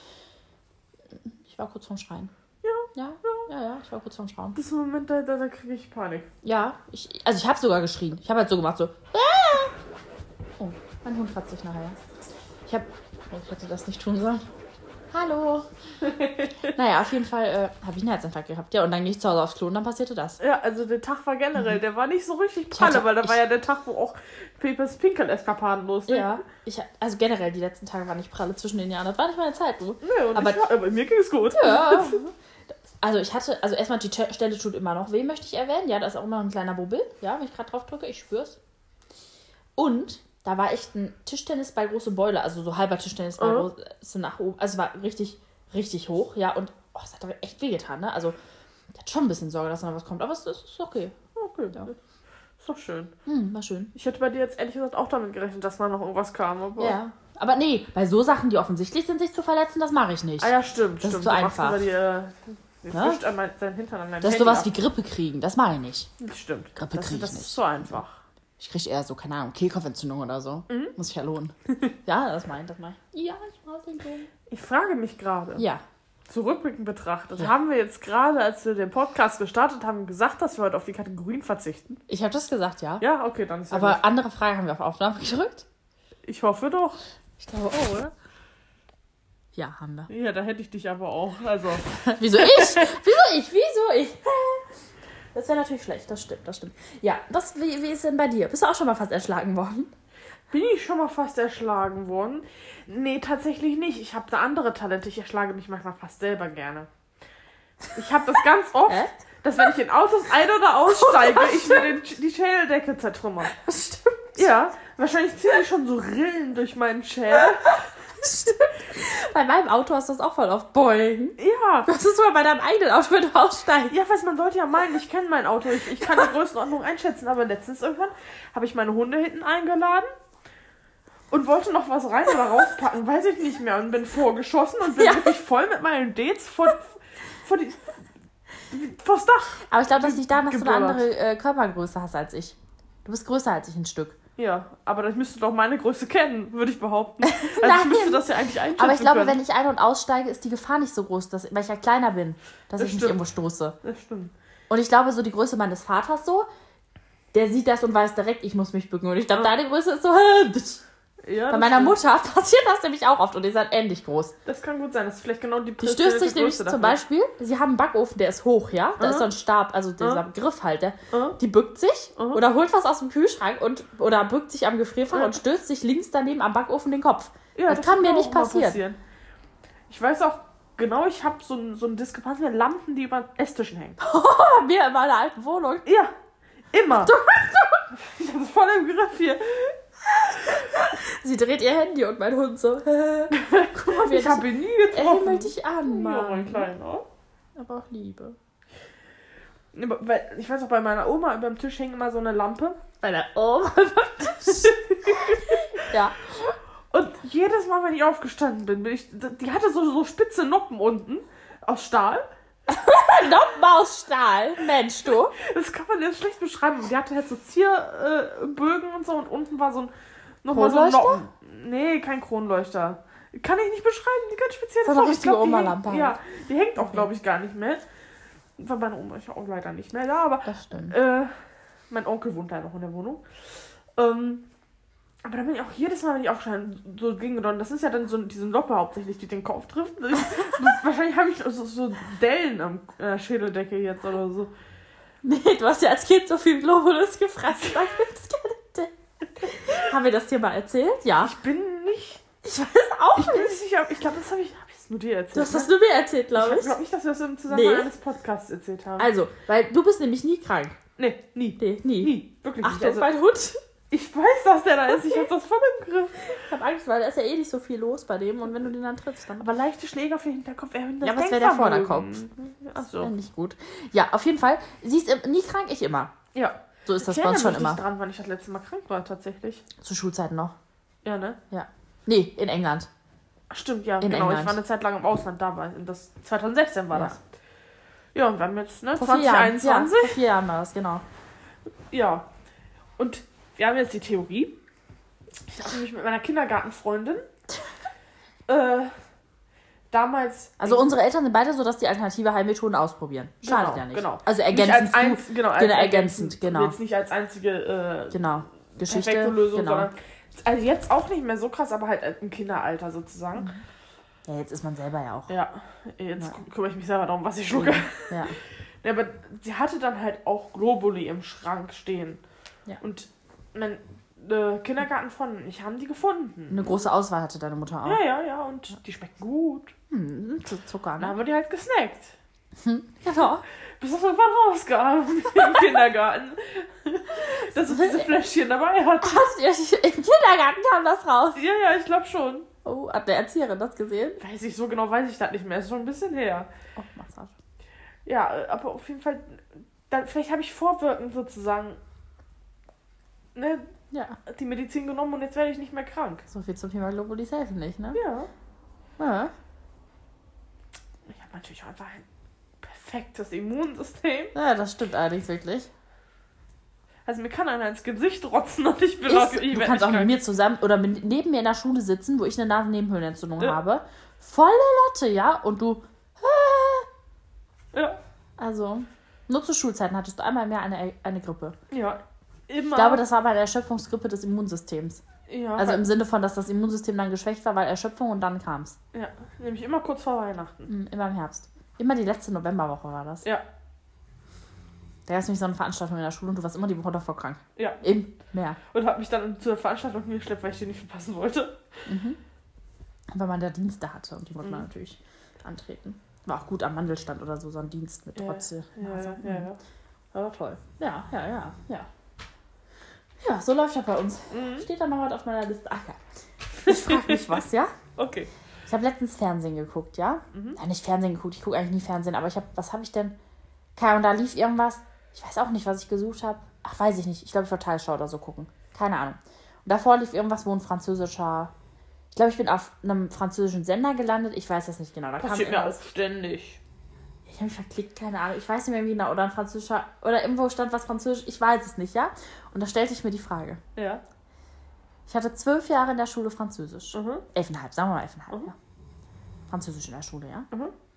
Ich war kurz vorm Schreien. Ja, ich war kurz vorm Schreien. Das ist ein Moment, da kriege ich Panik. Ja, ich habe sogar geschrien. Ich habe halt so gemacht, so. Oh, mein Hund hat sich nachher. Ich hätte das nicht tun sollen. Hallo. Naja, auf jeden Fall habe ich einen Herzinfarkt gehabt. Ja, und dann ging ich zu Hause aufs Klo und dann passierte das. Ja, also der Tag war generell, der war nicht so richtig pralle, weil da war ja der Tag, wo auch Pepes Pinkel-Eskapaden losgingen. Ja, also generell, die letzten Tage waren nicht pralle zwischen den Jahren. Das war nicht meine Zeit, du. Nee, aber mir ging es gut. Ja. Also erstmal die Stelle tut immer noch weh, möchte ich erwähnen. Ja, da ist auch immer noch ein kleiner Bubbel. Ja, wenn ich gerade drauf drücke, ich spür's. Und da war echt ein Tischtennisball große Beule, also so halber Tischtennisball so nach oben. Also war richtig, richtig hoch, ja. Und es hat aber echt wehgetan, ne? Also ich hatte schon ein bisschen Sorge, dass da noch was kommt, aber es ist okay. Okay, ja. Ist doch schön. War schön. Ich hätte bei dir jetzt ehrlich gesagt auch damit gerechnet, dass da noch irgendwas kam. Aber ja, aber nee, bei so Sachen, die offensichtlich sind, sich zu verletzen, das mache ich nicht. Ah ja, stimmt. Das ist zu einfach. Wischt seinen Hintern an meinem Das ist sowas wie Grippe kriegen, das mache ich nicht. Stimmt. Grippe kriege ich nicht. Das ist so einfach. Ich kriege eher so, keine Ahnung, Kehlkopfentzündung oder so. Muss ich ja lohnen. Ja, das meine ich. Ja, ich mache den Lohn. Ich frage mich gerade. Ja. Zurückblickend betrachtet, haben wir jetzt gerade, als wir den Podcast gestartet haben, gesagt, dass wir heute auf die Kategorien verzichten? Ich habe das gesagt, ja. Ja, okay, dann ist ja aber gut. Andere Frage haben wir auf Aufnahme gedrückt? Ich hoffe doch. Ich glaube auch, oder? Ja, haben wir. Ja, da hätte ich dich aber auch. Also. Wieso ich? Wieso ich? Das wäre natürlich schlecht, das stimmt. Ja, wie ist denn bei dir? Bist du auch schon mal fast erschlagen worden? Bin ich schon mal fast erschlagen worden? Nee, tatsächlich nicht. Ich habe da andere Talente. Ich erschlage mich manchmal fast selber gerne. Ich habe das ganz oft, dass wenn ich in Autos ein- oder aussteige, ich mir die Schädeldecke zertrümmere. Das stimmt. Ja, wahrscheinlich ziehe ich schon so Rillen durch meinen Schädel. Stimmt. Bei meinem Auto hast du das auch voll auf Beugen. Ja. Das ist sogar bei deinem eigenen Auto, wenn du aussteigst. Ja, man sollte ja meinen, ich kenne mein Auto. Ich kann die Größenordnung einschätzen. Aber letztens irgendwann habe ich meine Hunde hinten eingeladen und wollte noch was rein oder rauspacken, weiß ich nicht mehr. Und bin vorgeschossen und bin wirklich voll mit meinen Dates vors Dach. Aber ich glaube, das liegt daran, dass du eine andere Körpergröße hast als ich. Du bist größer als ich ein Stück. Ja, aber das müsste doch meine Größe kennen, würde ich behaupten. Also ich müsste das ja eigentlich einschätzen Aber ich glaube, können. wenn ich ein- und aussteige, ist die Gefahr nicht so groß, weil ich ja kleiner bin, dass ich nicht irgendwo stoße. Das stimmt. Und ich glaube, so die Größe meines Vaters so, der sieht das und weiß direkt, ich muss mich bücken. Und ich glaube, deine Größe ist so... Ja, Bei meiner Mutter passiert das nämlich auch oft und die ist halt ähnlich groß. Das kann gut sein, das ist vielleicht genau die Die stößt sich nämlich zum Beispiel, sie haben einen Backofen, der ist hoch, ja? Da ist so ein Stab, also dieser Griff halt, die bückt sich oder holt was aus dem Kühlschrank oder bückt sich am Gefrierfach und stößt sich links daneben am Backofen den Kopf. Ja, das kann mir nicht auch mal passieren. Ich weiß auch genau, ich habe so eine Diskrepanz mit Lampen, die über Esstischen hängen. Bei mir in meiner alten Wohnung. Ja, immer. Ich habe das voll im Griff hier. Sie dreht ihr Handy und mein Hund so. Guck mal, ich habe ihn nie er getroffen. himmelt dich an, Mann. Ja, mein Kleiner. Aber auch Liebe. Weil, ich weiß auch, bei meiner Oma über dem Tisch hängt immer so eine Lampe. Bei der Oma. Ja. Und jedes Mal, wenn ich aufgestanden bin, die hatte so spitze Noppen unten aus Stahl. Noppen aus Stahl. Mensch, du. Das kann man jetzt schlecht beschreiben. Die hatte halt so Zierbögen und so und unten war nochmal so ein Noppen. Nee, kein Kronleuchter. Kann ich nicht beschreiben, die ganz spezielle So eine richtige Oma-Lampe. Ja, die hängt auch, glaube ich, gar nicht mehr. Weil meine Oma ist ja auch leider nicht mehr da, aber Das stimmt. mein Onkel wohnt da noch in der Wohnung. Aber da bin ich auch jedes Mal, wenn ich aufgestanden so gegengerannt, das ist ja dann so diese Noppe hauptsächlich, die den Kopf trifft. Wahrscheinlich habe ich so Dellen am Schädeldecke jetzt oder so. Nee, du hast ja als Kind so viel Globulus gefressen. Da gibt's keine Decke. Haben wir das dir mal erzählt? Ja. Ich bin nicht... Ich weiß auch Ich bin nicht. nicht sicher, ich glaube, das habe ich nur dir erzählt. Du hast das nur mir erzählt, glaube Ich ich. glaube nicht, dass wir das im Zusammenhang eines Podcasts erzählt haben. Also, weil du bist nämlich nie krank. Nee, nie. Nee, nie. Nie. Wirklich nicht. Achtung, Also, mein Hund. ich weiß, dass der da ist. Ich habe das voll im Griff. Ich habe Angst, weil da ist ja eh nicht so viel los bei dem. Und wenn du den dann triffst, dann... Aber leichte Schläge auf den Hinterkopf erhöhen das Ja, was wäre der Denkvermögen. Vorderkopf? Ach so. Ja, nicht gut. Ja, auf jeden Fall. Sie ist nie krank, ich immer. Ja. So ist das Ich bei uns schon erinnere mich immer. nicht dran, wann ich das letzte Mal krank war, tatsächlich. Zu Schulzeiten noch. Ja, ne? Ja. Nee, in England. Ach, stimmt, ja, In genau. England. Ich war eine Zeit lang im Ausland dabei. 2016 war Ja. das. Ja, und wir haben jetzt, ne, Vor 4 Jahren. 2021. Ja, vor 4 Jahren war das, genau. Ja. Und wir haben jetzt die Theorie. Ich habe mich mit meiner Kindergartenfreundin damals... Also unsere Eltern sind beide so, dass die alternative Heilmethoden ausprobieren. Schadet Genau, ja nicht. genau. Also Nicht ergänzend. als genau, als ergänzend, genau. Jetzt nicht als einzige Genau. Geschichte. perfekte Lösung, Genau. sondern also jetzt auch nicht mehr so krass, aber halt im Kinderalter sozusagen. Ja, jetzt ist man selber ja auch. Ja, jetzt kümmere ich mich selber darum, was ich schlucke. Ja. Ja, aber sie hatte dann halt auch Globuli im Schrank stehen. Ja. Und mein Kindergartenfreundin und ich haben die gefunden. Eine große Auswahl hatte deine Mutter auch. Ja, und die schmecken gut. Zucker, Dann ne? haben wir die halt gesnackt. Genau. Bis das irgendwann rauskam im Kindergarten. Dass sie diese Fläschchen dabei hat. Im Kindergarten kam das raus. Ja, ich glaube schon. Oh, hat eine Erzieherin das gesehen? Weiß ich das nicht mehr. Ist schon ein bisschen her. Oh, Massage. Ja, aber auf jeden Fall, vielleicht habe ich vorwirkend sozusagen ne, Ja. die Medizin genommen und jetzt werde ich nicht mehr krank. So viel zum Thema Globulis helfen nicht, ne? Ja. Ja. Ich habe natürlich auch einfach ein perfektes Immunsystem. Ja, das stimmt allerdings wirklich. Also mir kann einer ins Gesicht rotzen und ich bin Du werd kannst auch nicht mit mir zusammen oder neben mir in der Schule sitzen, wo ich eine Nasennebenhöhlenentzündung Ja. habe. Volle Lotte, ja? Und du... Ja. Also, nur zu Schulzeiten hattest du einmal im Jahr eine Grippe. Ja. Immer. Ich glaube, das war bei der Erschöpfungsgrippe des Immunsystems. ja, Also im Sinne von, dass das Immunsystem dann geschwächt war, weil Erschöpfung und dann kam's. ja, nämlich immer kurz vor Weihnachten. Immer im Herbst. Immer die letzte Novemberwoche war das. Ja. Da gab es nämlich so eine Veranstaltung in der Schule und du warst immer die Woche davor krank. Ja. Immer. Und habe mich dann zur Veranstaltung geschleppt, weil ich die nicht verpassen wollte. Weil man da Dienste hatte und die wollte man natürlich antreten. War auch gut am Mandelstand oder so ein Dienst mit Trotze. Ja. War toll. Ja. Ja, so läuft das bei uns. Steht da noch was auf meiner Liste? Ach ja. Ich frage mich was, ja? Okay. Ich habe letztens Fernsehen geguckt, ja? Ja, nicht Fernsehen geguckt, ich gucke eigentlich nie Fernsehen, aber was habe ich denn? Und da lief irgendwas, ich weiß auch nicht, was ich gesucht habe. Ach, weiß ich nicht. Ich glaube, ich wollte Tagesschau oder so gucken. Keine Ahnung. Und davor lief irgendwas, wo ein französischer... Ich glaube, ich bin auf einem französischen Sender gelandet. Ich weiß das nicht genau. Da passiert mir auch ständig. Ich habe mich verklickt, keine Ahnung. Ich weiß nicht mehr, wie genau. Oder ein französischer... Oder irgendwo stand was französisch. Ich weiß es nicht, ja? Und da stellte ich mir die Frage. Ja. Ich hatte 12 Jahre in der Schule Französisch. 11,5, sagen wir mal 11,5, ja. Französisch in der Schule, ja.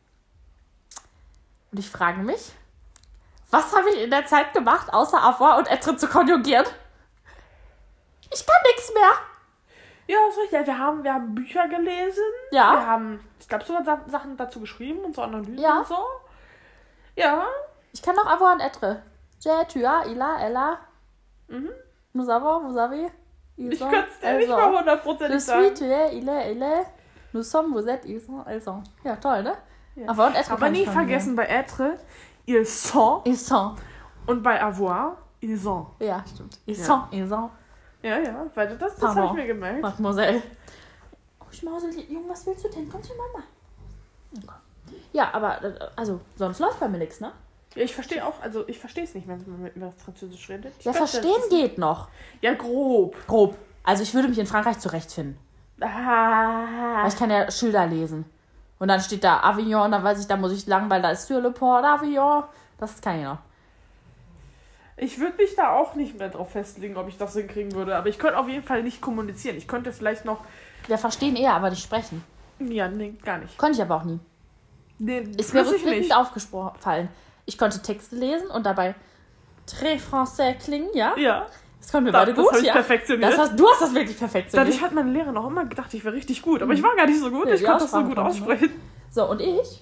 Und ich frage mich, was habe ich in der Zeit gemacht, außer avoir und être zu konjugieren? Ich kann nichts mehr. Ja, das ist richtig. Wir haben Bücher gelesen. Ja. Wir haben, ich glaube, sogar Sachen dazu geschrieben und so Analysen Ja. und so. Ja. Ich kann noch avoir und être. Je, tu as, il a, elle a. Nous avons, vous avez. Ich könnte es dir nicht mal 100% sagen. Je suis, tu es, il est, elle est. Nous sommes, vous êtes, ils sont, elles sont. Ja, toll, ne? Ja. Avoir und être. Aber nie vergessen, bei être, ils sont. Ils sont. Und bei avoir, ils sont. Ja, stimmt. Ils sont, ils sont. Ja, weil das habe ich mir gemerkt. Mademoiselle. Oh, Schmausel, Junge, was willst du denn? Komm zu Mama. Okay. Ja, aber, also, sonst läuft bei mir nichts, ne? Ja, ich verstehe es nicht, wenn man über Französisch redet. Verstehen geht noch. Ja, grob. Also, ich würde mich in Frankreich zurechtfinden. Ah. Weil ich kann ja Schilder lesen. Und dann steht da Avignon, dann weiß ich, da muss ich lang, weil da ist sur le port d'Avignon. Das kann ich noch. Ich würde mich da auch nicht mehr drauf festlegen, ob ich das hinkriegen würde. Aber ich könnte auf jeden Fall nicht kommunizieren. Ich könnte vielleicht noch... Wir verstehen eher, aber nicht sprechen. Ja, nee, gar nicht. Konnte ich aber auch nie. Nee, ist mir rückblickend aufgefallen. Ich konnte Texte lesen und dabei très français klingen, ja? Ja. Das konnten wir beide gut, das perfektioniert. Du hast das wirklich perfektioniert. Dadurch hat meine Lehrerin auch immer gedacht, ich wäre richtig gut. Aber ich war gar nicht so gut. Ich konnte das so gut aussprechen. So, und ich?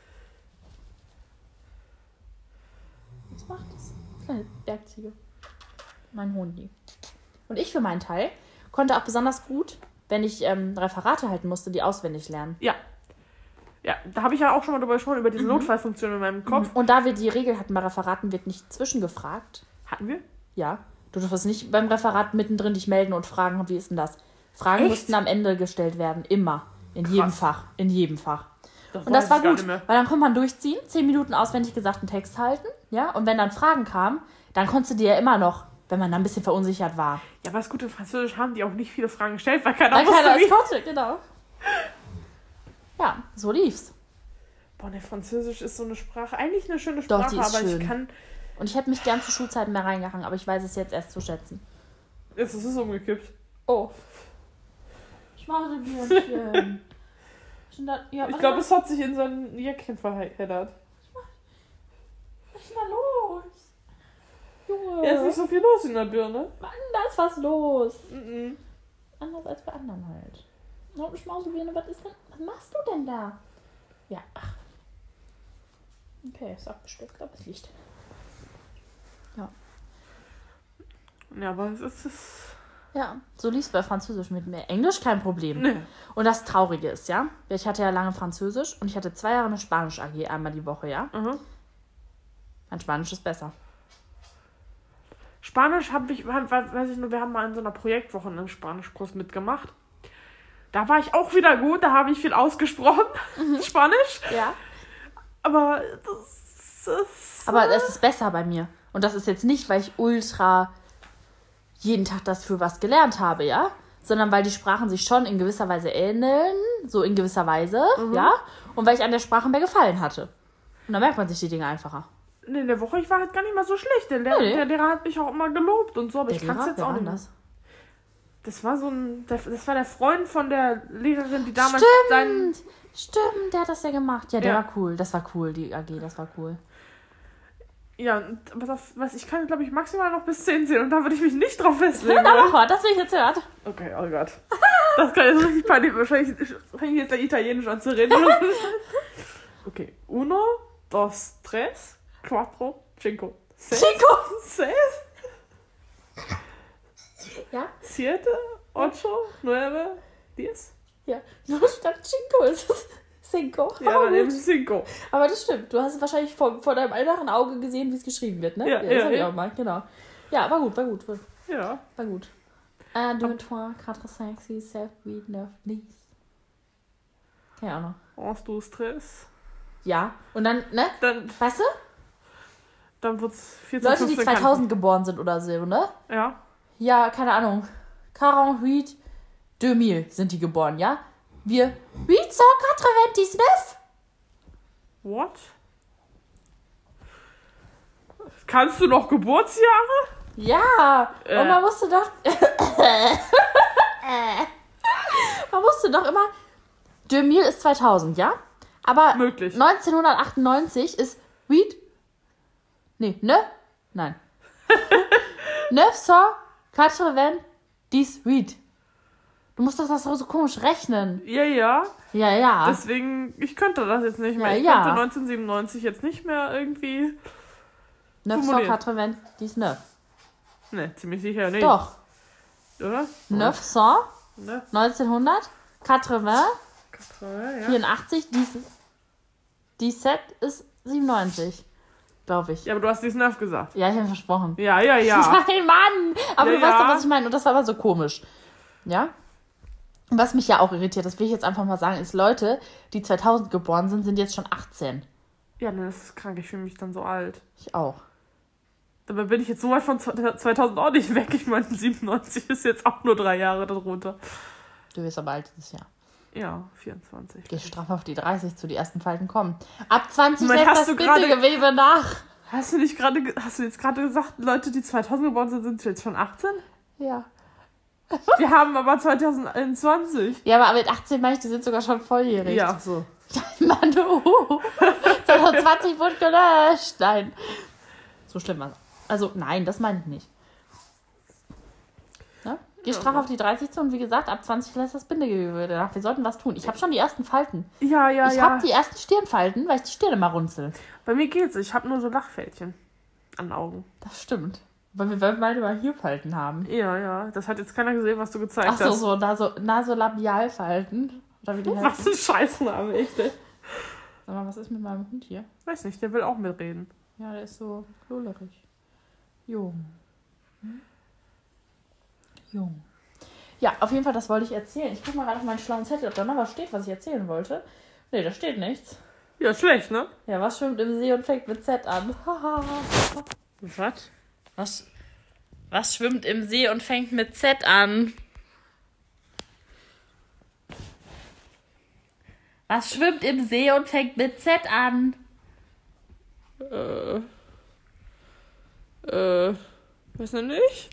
Was macht das? Kleine Bergziege. Mein Hundi. Und ich für meinen Teil konnte auch besonders gut, wenn ich Referate halten musste, die auswendig lernen. Ja. Ja, da habe ich ja auch schon mal drüber gesprochen, über diese Notfallfunktion in meinem Kopf. Und da wir die Regel hatten, bei Referaten wird nicht zwischengefragt. Hatten wir? Ja. Du durfst nicht beim Referat mittendrin dich melden und fragen, wie ist denn das? Fragen mussten am Ende gestellt werden. Immer. In jedem Fach. In jedem Fach. Und das war gut, weil dann konnte man durchziehen, 10 Minuten auswendig gesagten Text halten, ja, und wenn dann Fragen kamen, dann konntest du dir ja immer noch, wenn man dann ein bisschen verunsichert war. Ja, aber das Gute in Französisch haben die auch nicht viele Fragen gestellt, weil keiner es konnte, genau. Ja, so lief's. Boah, ne, Französisch ist so eine Sprache, eigentlich eine schöne Sprache, doch, die ist aber schön. Ich kann... Und ich hätte mich gern zu Schulzeiten mehr reingehangen, aber ich weiß es jetzt erst zu schätzen. Jetzt ist es umgekippt. Oh. Schmauselbirnchen. Ich glaube, es hat sich in so ein Jäckchen verheddert. Was ist denn da los? Junge. Ja, ist nicht so viel los in der Birne. Mann, da ist was los. Anders als bei anderen halt. No, Schmauselbirne, was machst du denn da? Ja, ach. Okay, ist abgesteckt, aber es liegt. Ja. Ja, aber es ist... Ja, so lief es bei Französisch mit mir. Englisch kein Problem. Nee. Und das Traurige ist, ja, ich hatte ja lange Französisch und ich hatte 2 Jahre eine Spanisch-AG einmal die Woche, ja. Mein Spanisch ist besser. Spanisch weiß ich nur, wir haben mal in so einer Projektwoche einen Spanischkurs mitgemacht. Da war ich auch wieder gut, da habe ich viel ausgesprochen. Spanisch. Ja. Aber es ist besser bei mir. Und das ist jetzt nicht, weil ich ultra jeden Tag das für was gelernt habe, ja? Sondern weil die Sprachen sich schon in gewisser Weise ähneln, so in gewisser Weise, ja? Und weil ich an der Sprache mehr Gefallen hatte. Und dann merkt man sich die Dinge einfacher. Nee, in der Woche, ich war halt gar nicht mal so schlecht. Der Lehrer hat mich auch immer gelobt und so, aber ich kann es jetzt auch nicht mehr. Das war das war der Freund von der Lehrerin, die damals Stimmt, der hat das ja gemacht. Ja, der war cool. Das war cool, die AG, das war cool. Ja, aber ich kann, glaube ich, maximal noch bis 10 sehen und da würde ich mich nicht drauf festlegen. Das will ich jetzt hören. Okay, oh Gott. Das kann jetzt richtig peinlich. Wahrscheinlich fange ich jetzt gleich Italienisch an zu reden. Okay. 1, 2, 3, 4, 5, Cinco. Seis? Ja? Siete? Ocho? Nueve? Diez? Ja. Nur statt Cinco ist es Cinco. Ja, dann eben Cinco. Aber das stimmt. Du hast es wahrscheinlich vor deinem inneren Auge gesehen, wie es geschrieben wird, ne? Ja, das habe ich auch mal, genau. Ja, war gut. Ja. War gut. 1, 2, 3, 4, 5, 6, 7, 8, 9, 10. Keine Ahnung. 1, 2, 3. Ja, und dann, ne? Dann, Weißt du? dann wird's 14, Leute, die 15 2000 geboren sind oder so, ne? Ja. Ja, keine Ahnung. 48, 2000 sind die geboren, ja? Wir 899. What? Kannst du noch Geburtsjahre? Ja, und man musste doch... man musste doch immer... 2000 ist 2000, ja? Aber Möglich. 1998 ist Weed... Nee, ne? Nein. 990 Weed. Du musst doch das so komisch rechnen. Ja, ja. Ja. Deswegen, ich könnte das jetzt nicht mehr. Ja, Ich ja. könnte 1997 jetzt nicht mehr irgendwie... 999. Ne, ziemlich sicher nicht. Doch. Oder? 900, Ne? 1900, 80, Ja. 84, die Set ist 97, glaube ich. Ja, aber du hast dies Nerv gesagt. Ja, ich habe versprochen. Ja. Nein, Mann! Aber Ja, du weißt doch, ja. was ich meine. Und das war aber so komisch. Ja? Und was mich ja auch irritiert, das will ich jetzt einfach mal sagen, ist Leute, die 2000 geboren sind jetzt schon 18. Ja, ne, das ist krank. Ich fühle mich dann so alt. Ich auch. Dabei bin ich jetzt so weit von 2000 auch nicht weg. Ich meine, 97 ist jetzt auch nur 3 Jahre darunter. Du wirst aber alt dieses Jahr. Ja, 24. Geh straff auf die 30 zu, die ersten Falten kommen. Ab 20 Moment, lässt hast das du gerade- Bindegewebe nach. Hast du jetzt gerade gesagt, Leute, die 2000 geboren sind jetzt schon 18? Ja. Wir haben aber 2021. Ja, aber mit 18 meine ich, die sind sogar schon volljährig. Ja, so. Mann, du. 2020 wurde gelöscht. Nein. So schlimm war es. Also, nein, das meine ich nicht. Ne? Geh straff auf die 30 zu und wie gesagt, ab 20 lässt das Bindegewebe danach. Wir sollten was tun. Ich habe schon die ersten Falten. Ja. Ich habe die ersten Stirnfalten, weil ich die Stirn immer runzel. Bei mir geht's. Ich habe nur so Lachfältchen an den Augen. Das stimmt. Weil wir beide mal hier Falten haben. Ja. Das hat jetzt keiner gesehen, was du gezeigt Ach so, hast. so Nasolabialfalten. Oder wie die heißen. Was ein Scheißname, echt. Ey. Sag mal, was ist mit meinem Hund hier? Weiß nicht, der will auch mitreden. Ja, der ist so lullerig. Jung. Jung. Ja, auf jeden Fall, das wollte ich erzählen. Ich guck mal gerade auf meinen schlauen Zettel, ob da noch was steht, was ich erzählen wollte. Nee, da steht nichts. Ja, schlecht, ne? Ja, was schwimmt im See und fängt mit Z an? Was? Was schwimmt im See und fängt mit Z an? Was schwimmt im See und fängt mit Z an? Weiß noch nicht.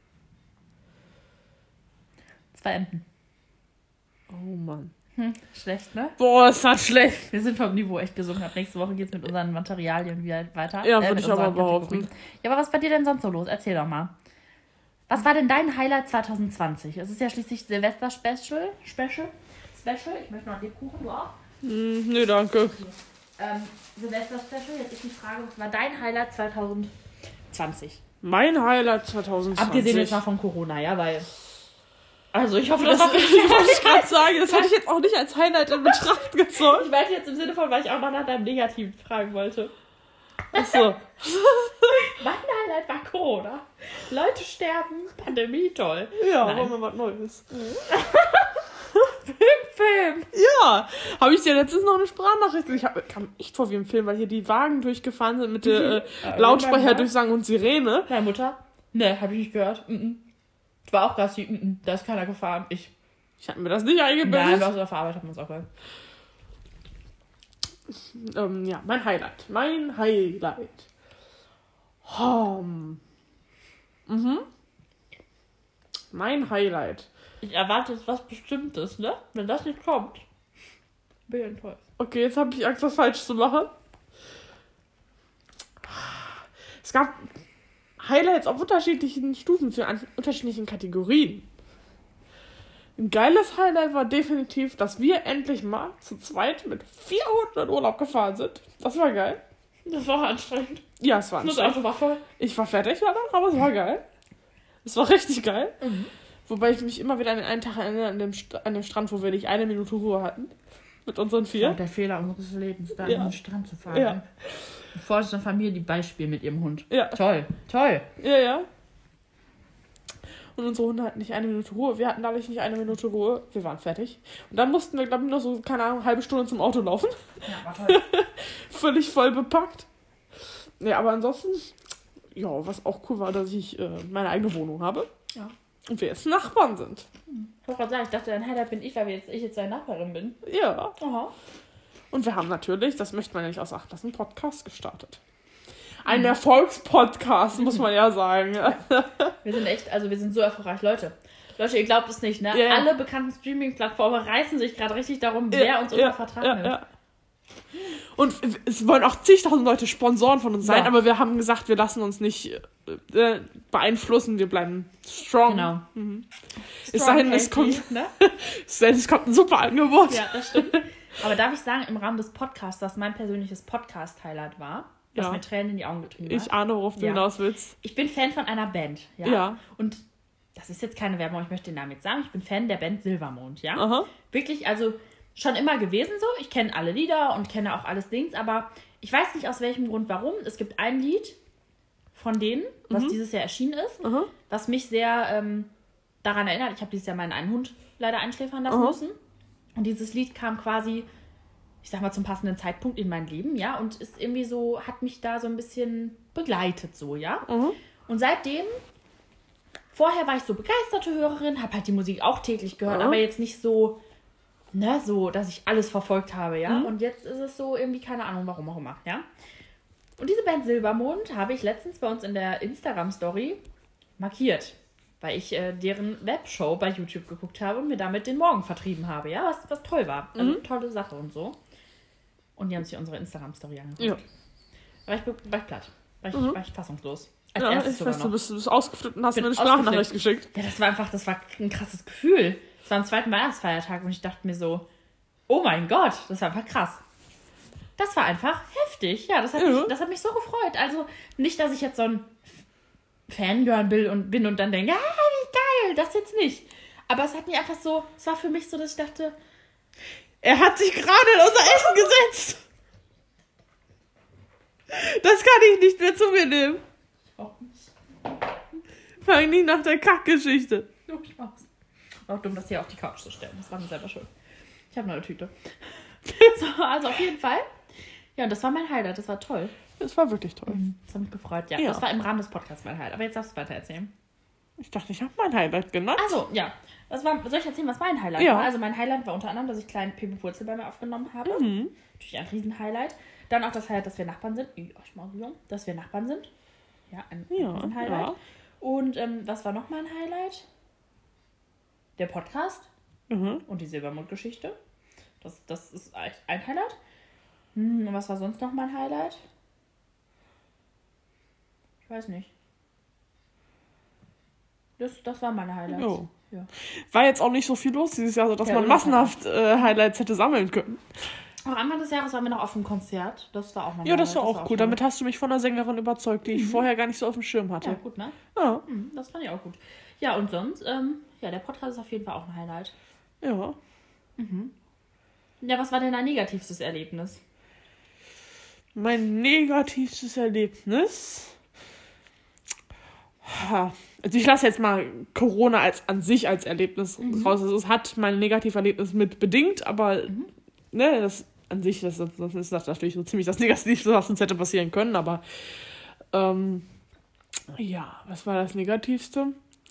2 Enten. Oh Mann. Schlecht, ne? Boah, ist das schlecht. Wir sind vom Niveau echt gesunken. Ab nächste Woche geht's mit unseren Materialien wieder weiter. Ja, würde mit ich aber unseren behaupten. Kategorien. Ja, aber was ist bei dir denn sonst so los? Erzähl doch mal. Was war denn dein Highlight 2020? Es ist ja schließlich Silvester-Special. Ich möchte noch einen Lebkuchen, du auch? Nee, danke. Silvester-Special. Jetzt ist die Frage, was war dein Highlight 2020? Mein Highlight 2020. Abgesehen jetzt mal von Corona, ja, weil... Also ich hoffe, Das das war wollte ich gerade sagen. Das hätte ich jetzt auch nicht als Highlight in Betracht gezogen. Ich weiß jetzt im Sinne von, weil ich auch noch nach deinem Negativen fragen wollte. Achso. Mein Highlight war Corona. Leute sterben, Pandemie, toll. Ja, Nein. wollen wir was Neues. Film. Ja, habe ich dir letztens noch eine Sprachnachricht. Kam echt vor wie im Film, weil hier die Wagen durchgefahren sind mit der Lautsprecherdurchsagen und Sirene. Deine Mutter? Ne, habe ich nicht gehört. Ich war auch Gassi. Da ist keiner gefahren. Ich habe mir das nicht Nein, eingebildet. wir auf der Arbeit haben wir uns auch gehört. Ja, mein Highlight. Mein Highlight. Ich erwarte jetzt was Bestimmtes, ne? Wenn das nicht kommt, bin ich enttäuscht. Okay, jetzt habe ich Angst, was falsch zu machen. Es gab Highlights auf unterschiedlichen Stufen für unterschiedlichen Kategorien. Ein geiles Highlight war definitiv, dass wir endlich mal zu zweit mit 4 Hunden in Urlaub gefahren sind. Das war geil. Das war anstrengend. Ja, es war anstrengend. Das war voll. Ich war fertig danach, aber es war geil. Es war richtig geil. Mhm. Wobei ich mich immer wieder an den einen Tag erinnere, an dem Strand, wo wir nicht 1 Minute Ruhe hatten. Mit unseren 4. Das war der Fehler unseres Lebens, da an den Strand zu fahren. Ja. Bevor es eine Familie, die Beispiel mit ihrem Hund. Ja. Toll. Ja. Und unsere Hunde hatten nicht 1 Minute Ruhe. Wir hatten dadurch nicht 1 Minute Ruhe. Wir waren fertig. Und dann mussten wir, glaube ich, noch so, keine Ahnung, 1/2 Stunde zum Auto laufen. Ja, war toll. Völlig voll bepackt. Ja, aber ansonsten, ja, was auch cool war, dass ich meine eigene Wohnung habe. Ja. Und wir jetzt Nachbarn sind. Ich wollte gerade sagen, ich dachte, dann, hey, da bin ich, weil ich jetzt deine Nachbarin bin. Ja. Aha. Und wir haben natürlich, das möchte man ja nicht außer Acht lassen, einen Podcast gestartet. Ein Erfolgspodcast, muss man ja sagen. Ja. Wir sind echt, also wir sind so erfolgreich, Leute. Leute, ihr glaubt es nicht, ne? Ja. Alle bekannten Streaming-Plattformen reißen sich gerade richtig darum, wer uns unter Vertrag nimmt. Ja. Und es wollen auch zigtausend Leute Sponsoren von uns sein, aber wir haben gesagt, wir lassen uns nicht beeinflussen, wir bleiben strong. Genau. Mhm. Es sei denn, es kommt ein super Angebot. Ja, das stimmt. Aber darf ich sagen, im Rahmen des Podcasts, dass mein persönliches Podcast-Highlight war, was mir Tränen in die Augen getrieben hat. Ich ahne, worauf du hinaus willst. Ich bin Fan von einer Band, ja. Und das ist jetzt keine Werbung, ich möchte den Namen jetzt sagen. Ich bin Fan der Band Silbermond, ja. Aha. Wirklich, also schon immer gewesen so. Ich kenne alle Lieder und kenne auch alles Dings, aber ich weiß nicht aus welchem Grund, warum. Es gibt ein Lied von denen, was dieses Jahr erschienen ist, was mich sehr daran erinnert. Ich habe dieses Jahr meinen einen Hund leider einschläfern lassen müssen. Und dieses Lied kam quasi, ich sag mal, zum passenden Zeitpunkt in mein Leben, ja, und ist irgendwie so, hat mich da so ein bisschen begleitet, so, ja. Und seitdem, vorher war ich so begeisterte Hörerin, habe halt die Musik auch täglich gehört, aber jetzt nicht so, ne, so, dass ich alles verfolgt habe, ja. Und jetzt ist es so irgendwie, keine Ahnung, warum auch immer, ja. Und diese Band Silbermond habe ich letztens bei uns in der Instagram-Story markiert, weil ich deren Webshow bei YouTube geguckt habe und mir damit den Morgen vertrieben habe, ja, was toll war. Also tolle Sache und so. Und die haben sich unsere Instagram-Story angeguckt. Ja. War ich platt. War ich fassungslos. Als erstes ich weiß, du bist ausgeflippt und hast mir eine ausgeflippt. Sprachnachricht geschickt. Ja, das war ein krasses Gefühl. Das war am 2. Weihnachtsfeiertag und ich dachte mir so, oh mein Gott, das war einfach krass. Das war einfach heftig. Ja, das hat mich so gefreut. Also nicht, dass ich jetzt so ein Fangirl bin und dann denke, ja, wie geil, das jetzt nicht. Aber es hat mich einfach so, es war für mich so, dass ich dachte, er hat sich gerade in unser Essen gesetzt. Das kann ich nicht mehr zu mir nehmen. auch nicht. Fang nicht nach der Kackgeschichte. Ich mach's. Auch dumm, das hier auf die Couch zu stellen. Das war mir selber schön. Ich habe noch eine Tüte. So, also auf jeden Fall. Ja, und das war mein Highlight. Das war toll. Das war wirklich toll. Das hat mich gefreut. Ja, das war im Rahmen des Podcasts mein Highlight. Aber jetzt darfst du weiter erzählen. Ich dachte, ich habe mein Highlight genannt. Also, ja. Soll ich erzählen, was mein Highlight war? Also mein Highlight war unter anderem, dass ich kleinen Pipi Purzel bei mir aufgenommen habe. Natürlich ein Riesen-Highlight. Dann auch das Highlight, dass wir Nachbarn sind. Dass wir Nachbarn sind. Ja, ein Riesen-Highlight. Ja. Und was war noch mein Highlight? Der Podcast. Und die Silbermond-Geschichte. Das ist echt ein Highlight. Und was war sonst noch mein Highlight? Ich weiß nicht. Das war meine Highlights. Oh. Ja. War jetzt auch nicht so viel los dieses Jahr, sodass man massenhaft Highlights hätte sammeln können. Auch Anfang des Jahres waren wir noch auf einem Konzert. Das war auch mein Highlight. Ja, das war auch cool. Damit hast du mich von einer Sängerin überzeugt, die ich vorher gar nicht so auf dem Schirm hatte. Ja, gut, ne? Ja. Das fand ich auch gut. Ja, und sonst, der Podcast ist auf jeden Fall auch ein Highlight. Ja. Ja, was war denn dein negativstes Erlebnis? Mein negativstes Erlebnis? Also ich lasse jetzt mal Corona an sich als Erlebnis raus. Also es hat mein Negativerlebnis mit bedingt, aber ne, das an sich, das ist natürlich so ziemlich das Negativste, was uns hätte passieren können, aber ja, was war das Negativste?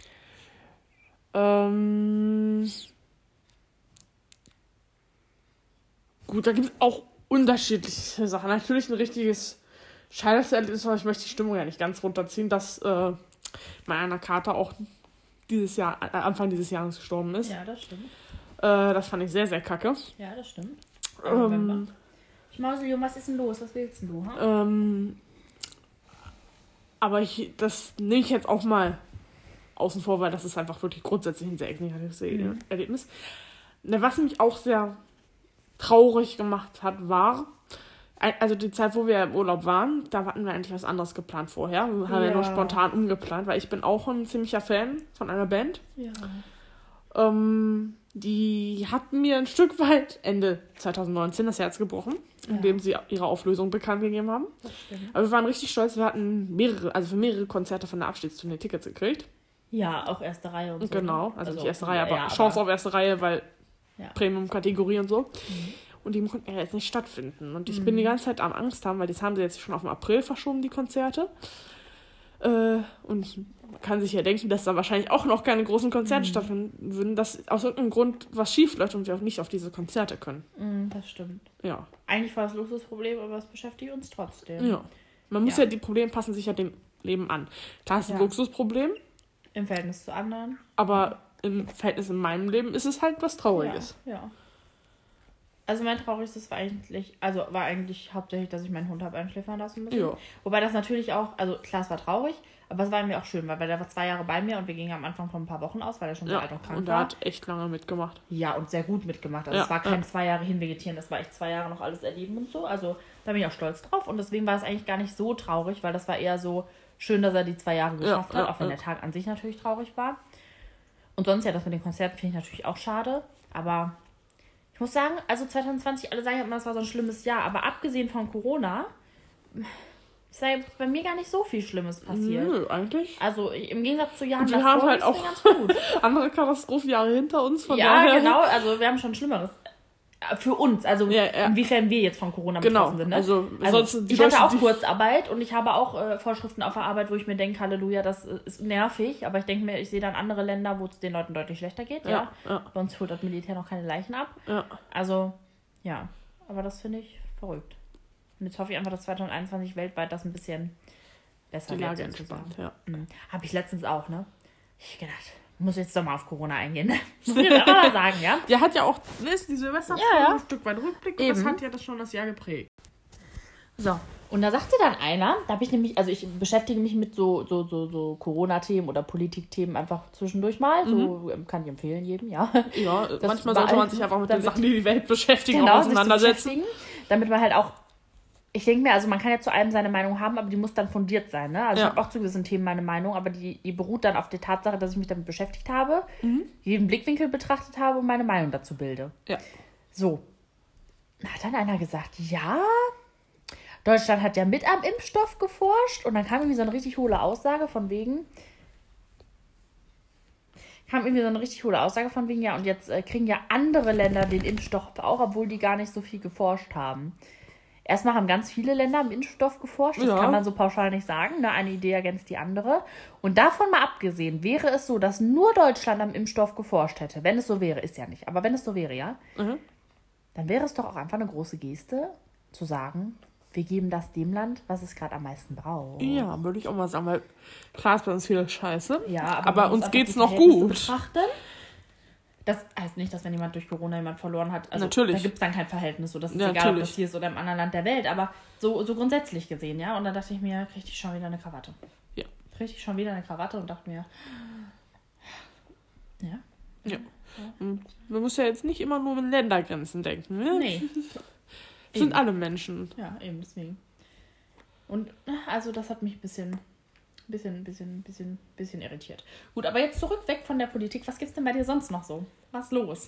Gut, da gibt es auch unterschiedliche Sachen. Natürlich ein richtiges Scheidungserlebnis, aber ich möchte die Stimmung ja nicht ganz runterziehen, dass meiner Kater auch Anfang dieses Jahres gestorben ist. Ja, das stimmt. Das fand ich sehr, sehr kacke. Ja, das stimmt. Schmauseljung, was ist denn los? Was willst du? Aber das nehme ich jetzt auch mal außen vor, weil das ist einfach wirklich grundsätzlich ein sehr negatives Erlebnis. Was mich auch sehr traurig gemacht hat, war, Also die Zeit, wo wir im Urlaub waren, da hatten wir eigentlich was anderes geplant vorher. Wir haben ja nur spontan umgeplant, weil ich bin auch ein ziemlicher Fan von einer Band. Ja. Die hatten mir ein Stück weit Ende 2019 das Herz gebrochen, indem sie ihre Auflösung bekannt gegeben haben. Aber wir waren richtig stolz. Wir hatten für mehrere Konzerte von der Abschiedstournee Tickets gekriegt. Ja, auch erste Reihe und so. Genau, also nicht erste Reihe, aber Chance auf erste Reihe, weil Premium-Kategorie und so. Mhm. Und die konnten ja jetzt nicht stattfinden. Und ich bin die ganze Zeit am Angst haben, weil das haben sie jetzt schon auf den April verschoben, die Konzerte. Und man kann sich ja denken, dass da wahrscheinlich auch noch keine großen Konzerte stattfinden würden, dass aus irgendeinem Grund was schief läuft und wir auch nicht auf diese Konzerte können. Das stimmt. Ja. Eigentlich war es Luxusproblem, aber es beschäftigt uns trotzdem. Ja. Man muss die Probleme passen sich ja dem Leben an. Klar ist es ein Luxusproblem. Im Verhältnis zu anderen. Aber im Verhältnis in meinem Leben ist es halt was Trauriges. Ja. Also mein traurigstes war eigentlich hauptsächlich, dass ich meinen Hund habe einschläfern lassen müssen. Ja. Wobei das natürlich auch, also klar, es war traurig, aber es war mir auch schön, weil der war 2 Jahre bei mir und wir gingen am Anfang von ein paar Wochen aus, weil er schon so alt und krank war. Und er hat echt lange mitgemacht. Ja, und sehr gut mitgemacht. Also es war kein 2 Jahre hinvegetieren, das war echt 2 Jahre noch alles erleben und so. Also da bin ich auch stolz drauf und deswegen war es eigentlich gar nicht so traurig, weil das war eher so schön, dass er die 2 Jahre geschafft hat, auch wenn der Tag an sich natürlich traurig war. Und sonst das mit den Konzerten finde ich natürlich auch schade, aber ich muss sagen, also 2020, alle sagen immer, das war so ein schlimmes Jahr, aber abgesehen von Corona ist da bei mir gar nicht so viel Schlimmes passiert. Nö, eigentlich. Also im Gegensatz zu Jahren davor, wir haben halt auch ganz gut. andere Katastrophenjahre hinter uns. Von daher. Ja, genau, also wir haben schon Schlimmeres. Für uns, also inwiefern wir jetzt von Corona betroffen sind. Ne? Also sonst ich hatte auch Kurzarbeit und ich habe auch Vorschriften auf der Arbeit, wo ich mir denke, Halleluja, das ist nervig, aber ich denke mir, ich sehe dann andere Länder, wo es den Leuten deutlich schlechter geht. Ja. Bei uns holt das Militär noch keine Leichen ab. Ja. Also, ja, aber das finde ich verrückt. Und jetzt hoffe ich einfach, dass 2021 weltweit das ein bisschen besser wird. Die Lage entspannt, Habe ich letztens auch, ne? Ich gedacht, muss jetzt doch mal auf Corona eingehen. Muss ich jetzt auch mal sagen, ja? Der hat ja auch, die Silvester ein Stück weit Rückblick und das hat ja das schon das Jahr geprägt. So, und da sagte dann einer, da habe ich nämlich, also ich beschäftige mich mit so Corona-Themen oder Politikthemen einfach zwischendurch mal, so kann ich empfehlen jedem, ja. Ja, manchmal sollte man sich einfach mit den Sachen, die die Welt beschäftigen, auch auseinandersetzen. Damit man halt auch, ich denke mir, also man kann ja zu allem seine Meinung haben, aber die muss dann fundiert sein, ne? Also ich habe auch zu gewissen Themen meine Meinung, aber die beruht dann auf der Tatsache, dass ich mich damit beschäftigt habe, jeden Blickwinkel betrachtet habe und meine Meinung dazu bilde. Ja. So. Hat dann einer gesagt, ja, Deutschland hat ja mit am Impfstoff geforscht und dann kam irgendwie so eine richtig hohle Aussage von wegen, ja, und jetzt kriegen ja andere Länder den Impfstoff auch, obwohl die gar nicht so viel geforscht haben. Erstmal haben ganz viele Länder am Impfstoff geforscht, das kann man so pauschal nicht sagen, ne? Eine Idee ergänzt die andere. Und davon mal abgesehen, wäre es so, dass nur Deutschland am Impfstoff geforscht hätte, wenn es so wäre, ist ja nicht, aber wenn es so wäre, ja, dann wäre es doch auch einfach eine große Geste, zu sagen, wir geben das dem Land, was es gerade am meisten braucht. Ja, würde ich auch mal sagen, weil klar ist bei uns viel Scheiße, ja, aber uns geht's noch gut. Betrachten. Das heißt nicht, dass wenn jemand durch Corona jemand verloren hat, also natürlich. Da gibt es dann kein Verhältnis, so das ist egal, ob das hier ist oder im anderen Land der Welt, aber so grundsätzlich gesehen, ja. Und dann dachte ich mir, krieg ich schon wieder eine Krawatte. Ja. Krieg ich schon wieder eine Krawatte und dachte mir, ja. Man muss ja jetzt nicht immer nur mit Ländergrenzen denken, ne? Nee. Sind alle Menschen. Ja, eben, deswegen. Und also das hat mich ein bisschen irritiert. Gut, aber jetzt zurück, weg von der Politik. Was gibt's denn bei dir sonst noch so? Was ist los?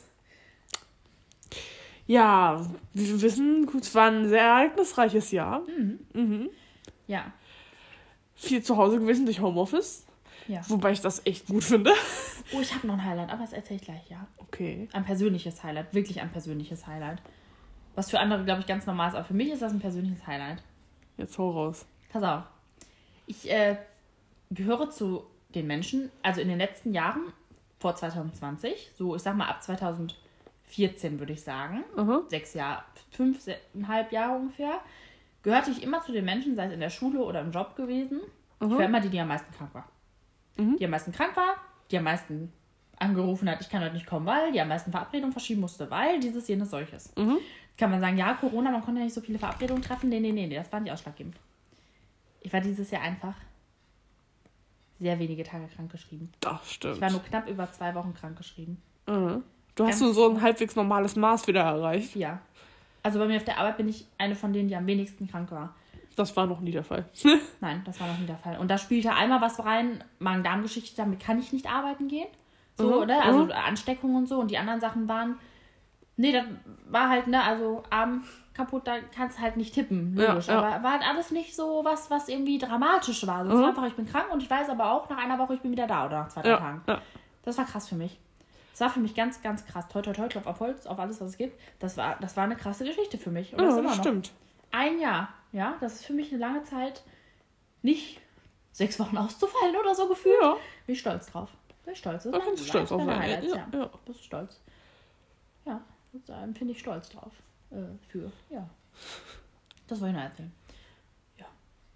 Ja, wie wir wissen, es war ein sehr ereignisreiches Jahr. Ja. Viel zu Hause gewesen durch Homeoffice. Ja. Wobei ich das echt gut finde. Oh, ich habe noch ein Highlight, aber das erzähle ich gleich, ja. Okay. Ein persönliches Highlight, wirklich ein persönliches Highlight. Was für andere, glaube ich, ganz normal ist, aber für mich ist das ein persönliches Highlight. Jetzt hau raus. Pass auf. Ich gehöre zu den Menschen, also in den letzten Jahren, vor 2020, so ich sag mal ab 2014 würde ich sagen, 5,5 Jahre ungefähr, gehörte ich immer zu den Menschen, sei es in der Schule oder im Job gewesen. Ich war immer die am meisten krank war. Die am meisten krank war, die am meisten angerufen hat, ich kann heute nicht kommen, weil die am meisten Verabredungen verschieben musste, weil dieses, jenes, solches. Kann man sagen, ja, Corona, man konnte ja nicht so viele Verabredungen treffen. Nee, das war nicht ausschlaggebend. Ich war dieses Jahr einfach sehr wenige Tage krankgeschrieben. Das stimmt. Ich war nur knapp über 2 Wochen krankgeschrieben. Du hast nur so ein halbwegs normales Maß wieder erreicht. Ja. Also bei mir auf der Arbeit bin ich eine von denen, die am wenigsten krank war. Das war noch nie der Fall. Nein, das war noch nie der Fall. Und da spielte einmal was rein, Magen-Darm-Geschichte, damit kann ich nicht arbeiten gehen. So, oder? Also Ansteckung und so. Und die anderen Sachen waren, nee, das war halt, ne, also Arm kaputt, da kannst du halt nicht tippen, logisch. Ja. Aber war halt alles nicht so was irgendwie dramatisch war. Also es war einfach, ich bin krank und ich weiß aber auch, nach einer Woche, ich bin wieder da oder nach 2 Tagen. Ja. Das war krass für mich. Das war für mich ganz, ganz krass. Toi, toi, toi, Klopf auf Holz, auf alles, was es gibt. Das war eine krasse Geschichte für mich. Und das immer noch. Stimmt. 1 Jahr, ja, das ist für mich eine lange Zeit, nicht 6 Wochen auszufallen oder so gefühlt. Ja. Bin ich stolz drauf. Bin ich stolz. Da kannst du stolz auf sein. Ja. Das ist stolz. Ja, da finde ich stolz drauf. Ja. Das wollte ich noch erzählen. Ja.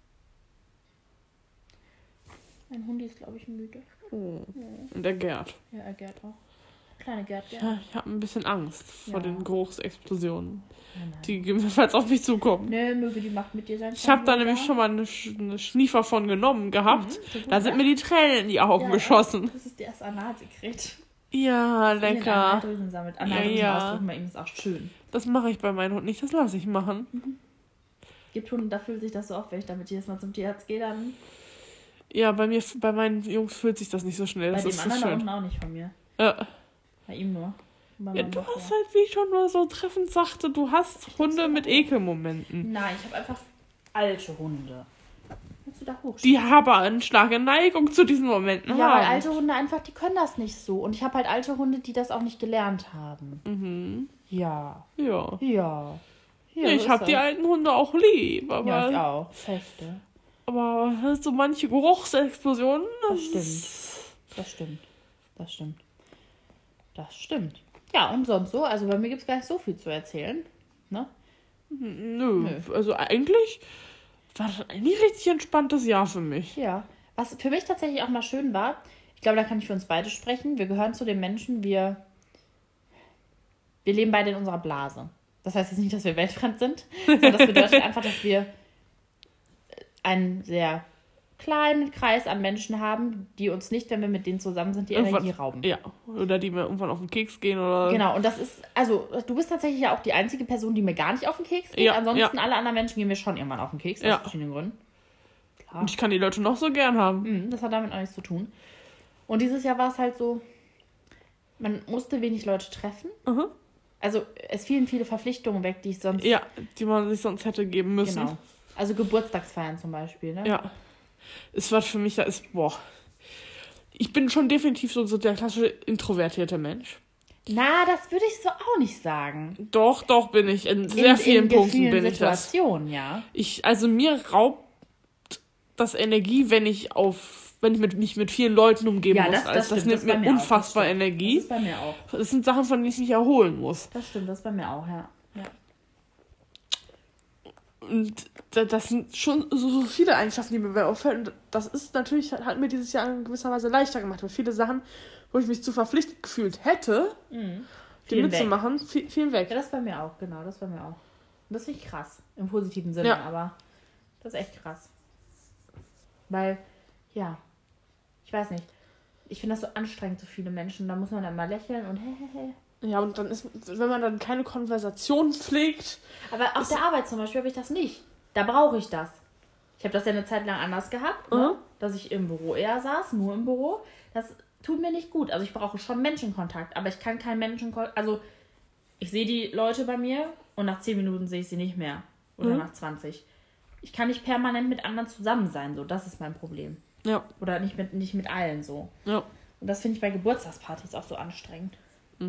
Mein Hund ist, glaube ich, müde. Oh. Und der Gerd. Ja, er Gerd auch. Kleine Gerd. Ja, ich habe ein bisschen Angst vor den Geruchsexplosionen, die gegebenenfalls auf mich zukommen. Ne, möge die Macht mit dir sein. Ich habe da nämlich schon mal eine Schniefer von genommen gehabt. Da sind mir die Tränen in die Augen geschossen. Das ist das Analsekret. Ja, lecker. Analdrüsen sammelt. Analdrüsen ausdrücken bei ihm ist auch schön. Das mache ich bei meinem Hund nicht, das lasse ich machen. Gibt Hunde, da fühlt sich das so auf, wenn ich damit jedes Mal zum Tierarzt gehe, dann... Ja, bei meinen Jungs fühlt sich das nicht so schnell. Bei das dem ist anderen so da schön. unten auch nicht von mir. Ja. Bei ihm nur. Ja, du hast halt, wie ich schon mal so treffend sagte, du hast Hunde mit Ekelmomenten. Nein, ich habe einfach alte Hunde. Kannst du da hochschauen? Die haben eine starke Neigung zu diesen Momenten. Ja, weil alte Hunde einfach, die können das nicht so. Und ich habe halt alte Hunde, die das auch nicht gelernt haben. Mhm. Ja. Ja. Ja. Ich habe die alten Hunde auch lieb. Aber ja, ich auch. Feste. Aber so manche Geruchsexplosionen. Das stimmt. Ja, und sonst so? Also bei mir gibt es gar nicht so viel zu erzählen. Ne? Nö. Also eigentlich war das ein richtig entspanntes Jahr für mich. Ja. Was für mich tatsächlich auch mal schön war, ich glaube, da kann ich für uns beide sprechen. Wir gehören zu den Menschen, wir leben beide in unserer Blase. Das heißt jetzt nicht, dass wir weltfremd sind, sondern das bedeutet einfach, dass wir einen sehr kleinen Kreis an Menschen haben, die uns nicht, wenn wir mit denen zusammen sind, die Energie rauben. Ja, oder die mir irgendwann auf den Keks gehen. Oder genau, und das ist, also du bist tatsächlich ja auch die einzige Person, die mir gar nicht auf den Keks geht. Ansonsten alle anderen Menschen gehen mir schon irgendwann auf den Keks, aus verschiedenen Gründen. Klar. Und ich kann die Leute noch so gern haben. Das hat damit auch nichts zu tun. Und dieses Jahr war es halt so, man musste wenig Leute treffen. Also es fielen viele Verpflichtungen weg, die ich sonst... Ja, die man sich sonst hätte geben müssen. Genau. Also Geburtstagsfeiern zum Beispiel, ne? Ja. Es war für mich, ich bin schon definitiv so der klassische introvertierte Mensch. Na, das würde ich so auch nicht sagen. Doch bin ich. In sehr vielen Punkten bin ich das. Ja. Also mir raubt das Energie, wenn ich mich mit vielen Leuten umgeben muss. Das nimmt mir unfassbar Energie. Das ist bei mir auch. Das sind Sachen, von denen ich mich erholen muss. Das stimmt, das ist bei mir auch, ja. Und das sind schon so viele Eigenschaften, die mir auffallen. Und das ist natürlich, hat mir dieses Jahr in gewisser Weise leichter gemacht. Weil viele Sachen, wo ich mich zu verpflichtet gefühlt hätte, die mitzumachen, fielen weg. Ja, das bei mir auch, genau, das bei mir auch. Und das finde ich krass, im positiven Sinne, aber das ist echt krass. Weil, ich weiß nicht, ich finde das so anstrengend, so viele Menschen, da muss man dann mal lächeln und Ja, und dann ist, wenn man dann keine Konversation pflegt... Aber auf der Arbeit zum Beispiel habe ich das nicht. Da brauche ich das. Ich habe das ja eine Zeit lang anders gehabt, ne? Dass ich im Büro eher saß, nur im Büro. Das tut mir nicht gut. Also ich brauche schon Menschenkontakt, aber ich kann keinen Menschenkontakt... Also ich sehe die Leute bei mir und nach 10 Minuten sehe ich sie nicht mehr. Oder nach 20. Ich kann nicht permanent mit anderen zusammen sein, so. Das ist mein Problem. Ja. Oder nicht mit allen so. Ja. Und das finde ich bei Geburtstagspartys auch so anstrengend. Oh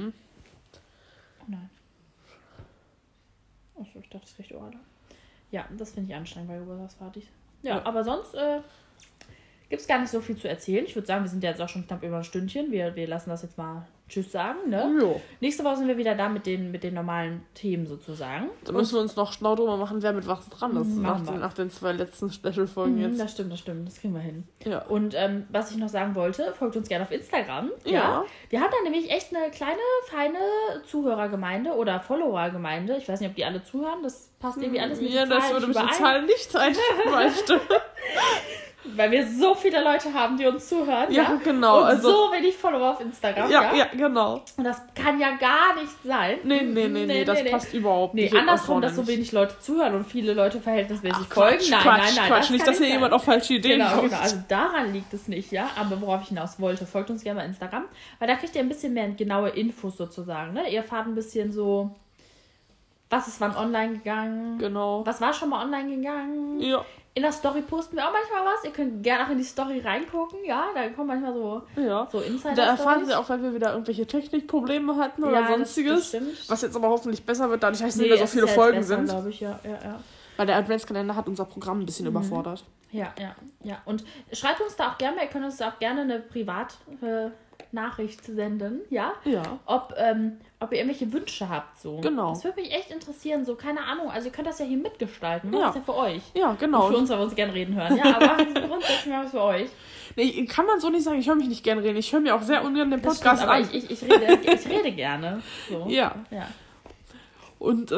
nein. Achso, ich dachte, das riecht Ohr. Ja, das finde ich anstrengend bei Geburtstagspartys. Ja, aber sonst gibt es gar nicht so viel zu erzählen. Ich würde sagen, wir sind ja jetzt auch schon knapp über ein Stündchen. Wir lassen das jetzt mal Tschüss sagen, ne? Jo. Nächste Woche sind wir wieder da mit den normalen Themen sozusagen. Da müssen wir uns noch schlau drüber machen, wer mit was dran ist. Nach den 2 letzten Special-Folgen jetzt. Das stimmt. Das kriegen wir hin. Ja. Und was ich noch sagen wollte, folgt uns gerne auf Instagram. Ja. Wir haben da nämlich echt eine kleine, feine Zuhörergemeinde oder Followergemeinde. Ich weiß nicht, ob die alle zuhören. Das passt irgendwie alles mit den Zahlen das würde mit den Zahlen nicht sein, möchte. Weil wir so viele Leute haben, die uns zuhören. Ja, genau. Und also, so wenig Follower auf Instagram. ja, genau. Und das kann ja gar nicht sein. Nee, das passt überhaupt nicht. Nee, andersrum, dass so wenig Leute zuhören und viele Leute verhältnismäßig folgen. Quatsch. Nicht, dass hier jemand auf falsche Ideen kommt. Genau. Also daran liegt es nicht, ja. Aber worauf ich hinaus wollte, folgt uns gerne bei Instagram. Weil da kriegt ihr ein bisschen mehr genaue Infos sozusagen. Ne? Ihr erfahrt ein bisschen so, was ist wann online gegangen. Genau. Was war schon mal online gegangen. Ja. In der Story posten wir auch manchmal was. Ihr könnt gerne auch in die Story reingucken. Ja, da kommen manchmal so Insider-Stories. Da erfahren sie auch, wenn wir wieder irgendwelche Technikprobleme hatten oder sonstiges. Was jetzt aber hoffentlich besser wird, dadurch, dass es nicht mehr so viele Folgen sind. Glaube ich, ja. Weil der Adventskalender hat unser Programm ein bisschen überfordert. Ja. Und schreibt uns da auch gerne, ihr könnt uns da auch gerne eine Privatnachricht senden, ja? Ja. Ob ihr irgendwelche Wünsche habt, so. Genau. Das würde mich echt interessieren, so, keine Ahnung. Also ihr könnt das ja hier mitgestalten, das ist ja für euch. Ja, genau. Und für uns, weil wir uns gerne reden hören, ja, aber grundsätzlich mal für euch. Nee, kann man so nicht sagen, ich höre mich nicht gerne reden. Ich höre mir auch sehr ungern den Podcast aber an. Ich rede gerne. So. Ja. Und,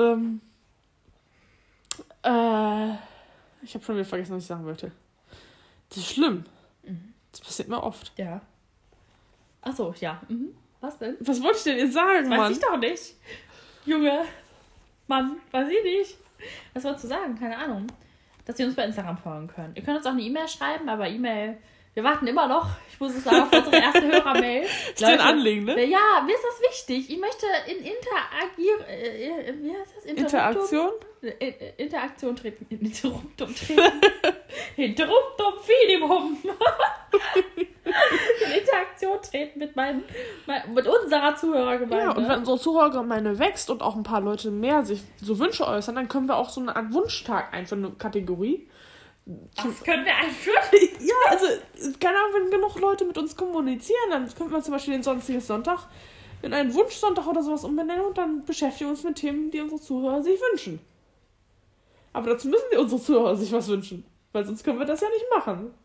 ich habe schon wieder vergessen, was ich sagen wollte. Das ist schlimm. Das passiert mir oft. Ja. Achso, ja. Was denn? Was wollte ich denn jetzt sagen, Mann? Weiß ich doch nicht. Junge. Mann, weiß ich nicht. Was wolltest du sagen? Keine Ahnung. Dass ihr uns bei Instagram folgen könnt. Ihr könnt uns auch eine E-Mail schreiben, aber E-Mail... Wir warten immer noch, ich muss es sagen, auf unsere erste Hörermail. Ist dir ein Anliegen, ne? Ja, mir ist das wichtig. Ich möchte in wie heißt das? Interaktion treten. Interruptum treten. Interruptum finibum. In Interaktion treten mit unserer Zuhörergemeinde. Ja, und wenn unsere Zuhörergemeinde wächst und auch ein paar Leute mehr sich so Wünsche äußern, dann können wir auch so eine Art Wunschtag einführen, eine Kategorie. Das können wir einführen? Ja, also, keine Ahnung, wenn genug Leute mit uns kommunizieren, dann könnte man zum Beispiel den sonstiges Sonntag in einen Wunschsonntag oder sowas umbenennen und dann beschäftigen wir uns mit Themen, die unsere Zuhörer sich wünschen. Aber dazu müssen unsere Zuhörer sich was wünschen, weil sonst können wir das ja nicht machen.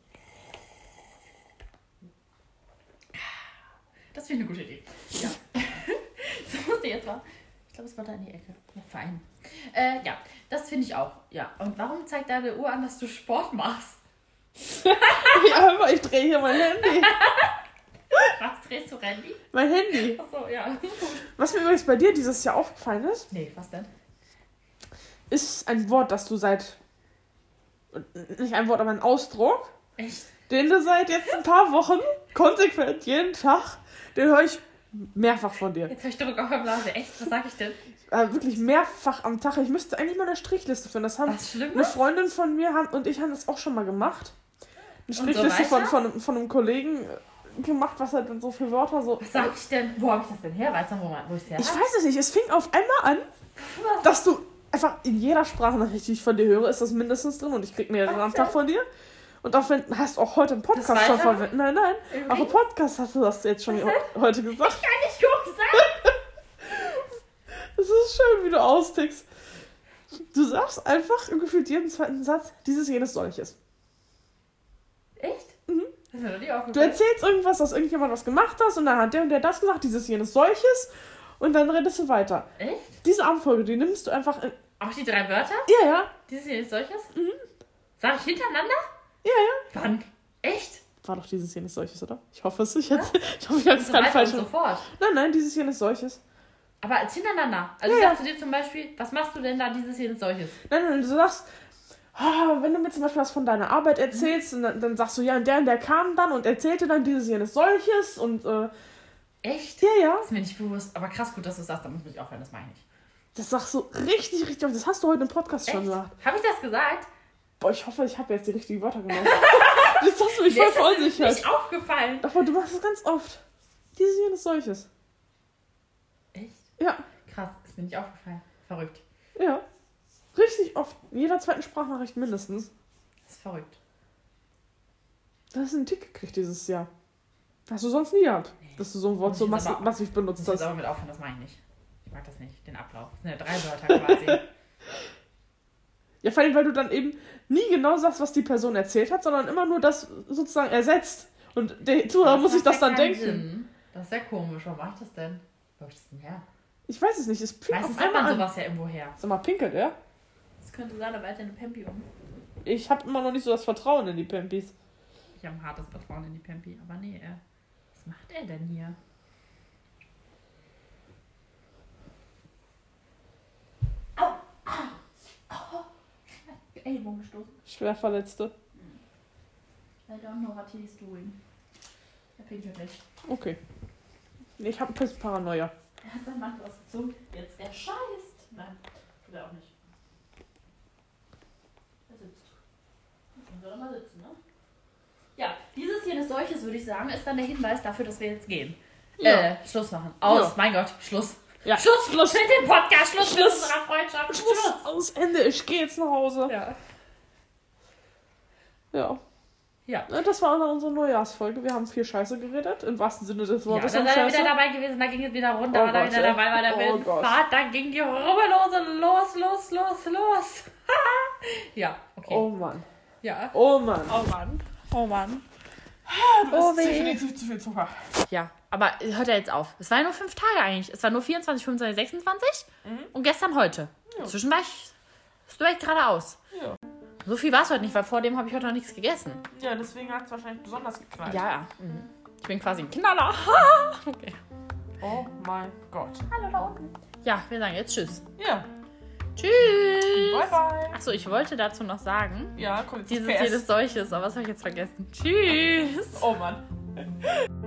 Das finde ich eine gute Idee. Ja. So musste jetzt mal. Ich glaube, es war da in die Ecke. Ja, fein. Ja, das finde ich auch. Ja. Und warum zeigt deine Uhr an, dass du Sport machst? Ja, aber ich drehe hier mein Handy. Was drehst du, Randy? Mein Handy. Achso, ja. Was mir übrigens bei dir dieses Jahr aufgefallen ist. Nee, was denn? Ist ein Wort, das du nicht ein Wort, aber ein Ausdruck. Echt? Den du seit jetzt ein paar Wochen konsequent jeden Tag, den höre ich mehrfach von dir. Jetzt habe ich Druck auf der Blase. Echt? Was sag ich denn? Wirklich mehrfach am Tag. Ich müsste eigentlich mal eine Strichliste führen. Das haben eine Freundin von mir und ich haben das auch schon mal gemacht. Eine Strichliste von einem Kollegen gemacht, was halt dann so für Wörter so... Was sag ich denn? Wo habe ich das denn her? Weißt du, wo ich es her habe? Ich weiß es nicht. Es fing auf einmal an, dass du einfach in jeder Sprachnachricht, die ich von dir höre, ist das mindestens drin und ich krieg mehrere am Tag von dir. Und auch wenn, hast du auch heute im Podcast schon verwendet. Nein. Auch im Podcast hast du das jetzt schon heute gesagt. Ich kann nicht gut sagen. Es ist schön, wie du austickst. Du sagst einfach im gefühlt jeden zweiten Satz, dieses, jenes, solches. Echt? Mhm. Das ist mir noch nie aufgefallen. Du erzählst irgendwas, dass irgendjemand was gemacht hast und dann hat der und der das gesagt, dieses, jenes, solches und dann redest du weiter. Echt? Diese Abfolge, die nimmst du einfach in... Auch die 3 Wörter? Ja. Dieses, jenes, solches? Mhm. Sag ich hintereinander? Ja. Wann? Echt? War doch dieses, jenes, solches, oder? Ich hoffe es. Ich hoffe, ich habe es gerade falsch. Sofort. Nein, dieses, jenes, solches. Aber als hintereinander. Also ich sag zu dir zum Beispiel, was machst du denn da dieses, jenes, solches? Nein, du sagst, wenn du mir zum Beispiel was von deiner Arbeit erzählst, und dann sagst du, ja, und der kam dann und erzählte dann dieses, jenes, solches und Echt? Ja. Das ist mir nicht bewusst. Aber krass gut, dass du sagst, da muss ich aufhören, das meine ich nicht. Das sagst du richtig oft. Das hast du heute im Podcast schon gesagt. Habe ich das gesagt? Boah, ich hoffe, ich habe jetzt die richtigen Wörter genommen. Das hast du mich voll verunsichert. Das ist mir nicht aufgefallen. Aber du machst es ganz oft. Dieses, jenes, solches. Echt? Ja. Krass, ist mir nicht aufgefallen. Verrückt. Ja. Richtig oft. In jeder zweiten Sprachnachricht mindestens. Das ist verrückt. Du hast einen Tick gekriegt dieses Jahr. Hast du sonst nie gehabt. Nee. Dass du so ein Wort so massiv benutzt hast. Ich muss aber mit aufhören, das meine ich nicht. Ich mag das nicht, den Ablauf. Das sind ja 3 Wörter quasi. Ja, vor allem, weil du dann eben nie genau sagst, was die Person erzählt hat, sondern immer nur das sozusagen ersetzt. Und der Zuhörer muss sich das dann denken. Sinn. Das ist sehr komisch. Warum mach ich das denn? Wo ist das denn her? Ich weiß es nicht. Es pinkt meistens auf einmal hat man sowas ja irgendwo her. Sag mal, pinkelt er? Das könnte sein, aber er hat ja eine Pempi um. Ich habe immer noch nicht so das Vertrauen in die Pempis. Ich habe ein hartes Vertrauen in die Pampi. Aber nee, was macht er denn hier? Au! Au! Ellbogen gestoßen. Schwerverletzte. I don't know what he's doing. Er pinkelt nicht. Okay. Nee, ich habe ein bisschen Paranoia. Er hat seinen Mantel ausgezogen. Jetzt er scheißt. Nein, tut er auch nicht. Er sitzt. Dann soll er mal sitzen, ne? Ja, dieses hier des Solches, würde ich sagen, ist dann der Hinweis dafür, dass wir jetzt gehen. Ja. Schluss machen. Aus. Ja. Mein Gott, Schluss. Ja. Schluss mit dem Podcast. Schluss mit unserer Freundschaft. Schluss. Aus Ende. Ich gehe jetzt nach Hause. Ja. Ja. Ja. Das war unsere Neujahrsfolge. Wir haben viel Scheiße geredet. Im wahrsten Sinne des Ja, Wortes. dann ist er wieder dabei gewesen, da ging es wieder runter, Oh da Gott, wieder dabei war der wilden Gott. Fahrt, dann ging die Rubbellose los. Ja, okay. Oh Mann. Ja. Oh Mann. Oh Mann. Du isst definitiv zu viel Zucker. Ja, aber hört ja jetzt auf. Es waren ja nur 5 Tage eigentlich. Es war nur 24, 25, 26 und gestern heute. Ja. Inzwischen war ich geradeaus. Ja. So viel war es heute nicht, weil vor dem habe ich heute noch nichts gegessen. Ja, deswegen hat es wahrscheinlich besonders geknallt. Ja. Mhm. Ich bin quasi ein Knaller. Okay. Oh mein Gott. Hallo da unten. Ja, wir sagen jetzt Tschüss. Ja. Tschüss. Bye, bye. Achso, ich wollte dazu noch sagen, Ja, komm jetzt dieses PS. hier des Solches, aber was habe ich jetzt vergessen? Tschüss. Oh Mann.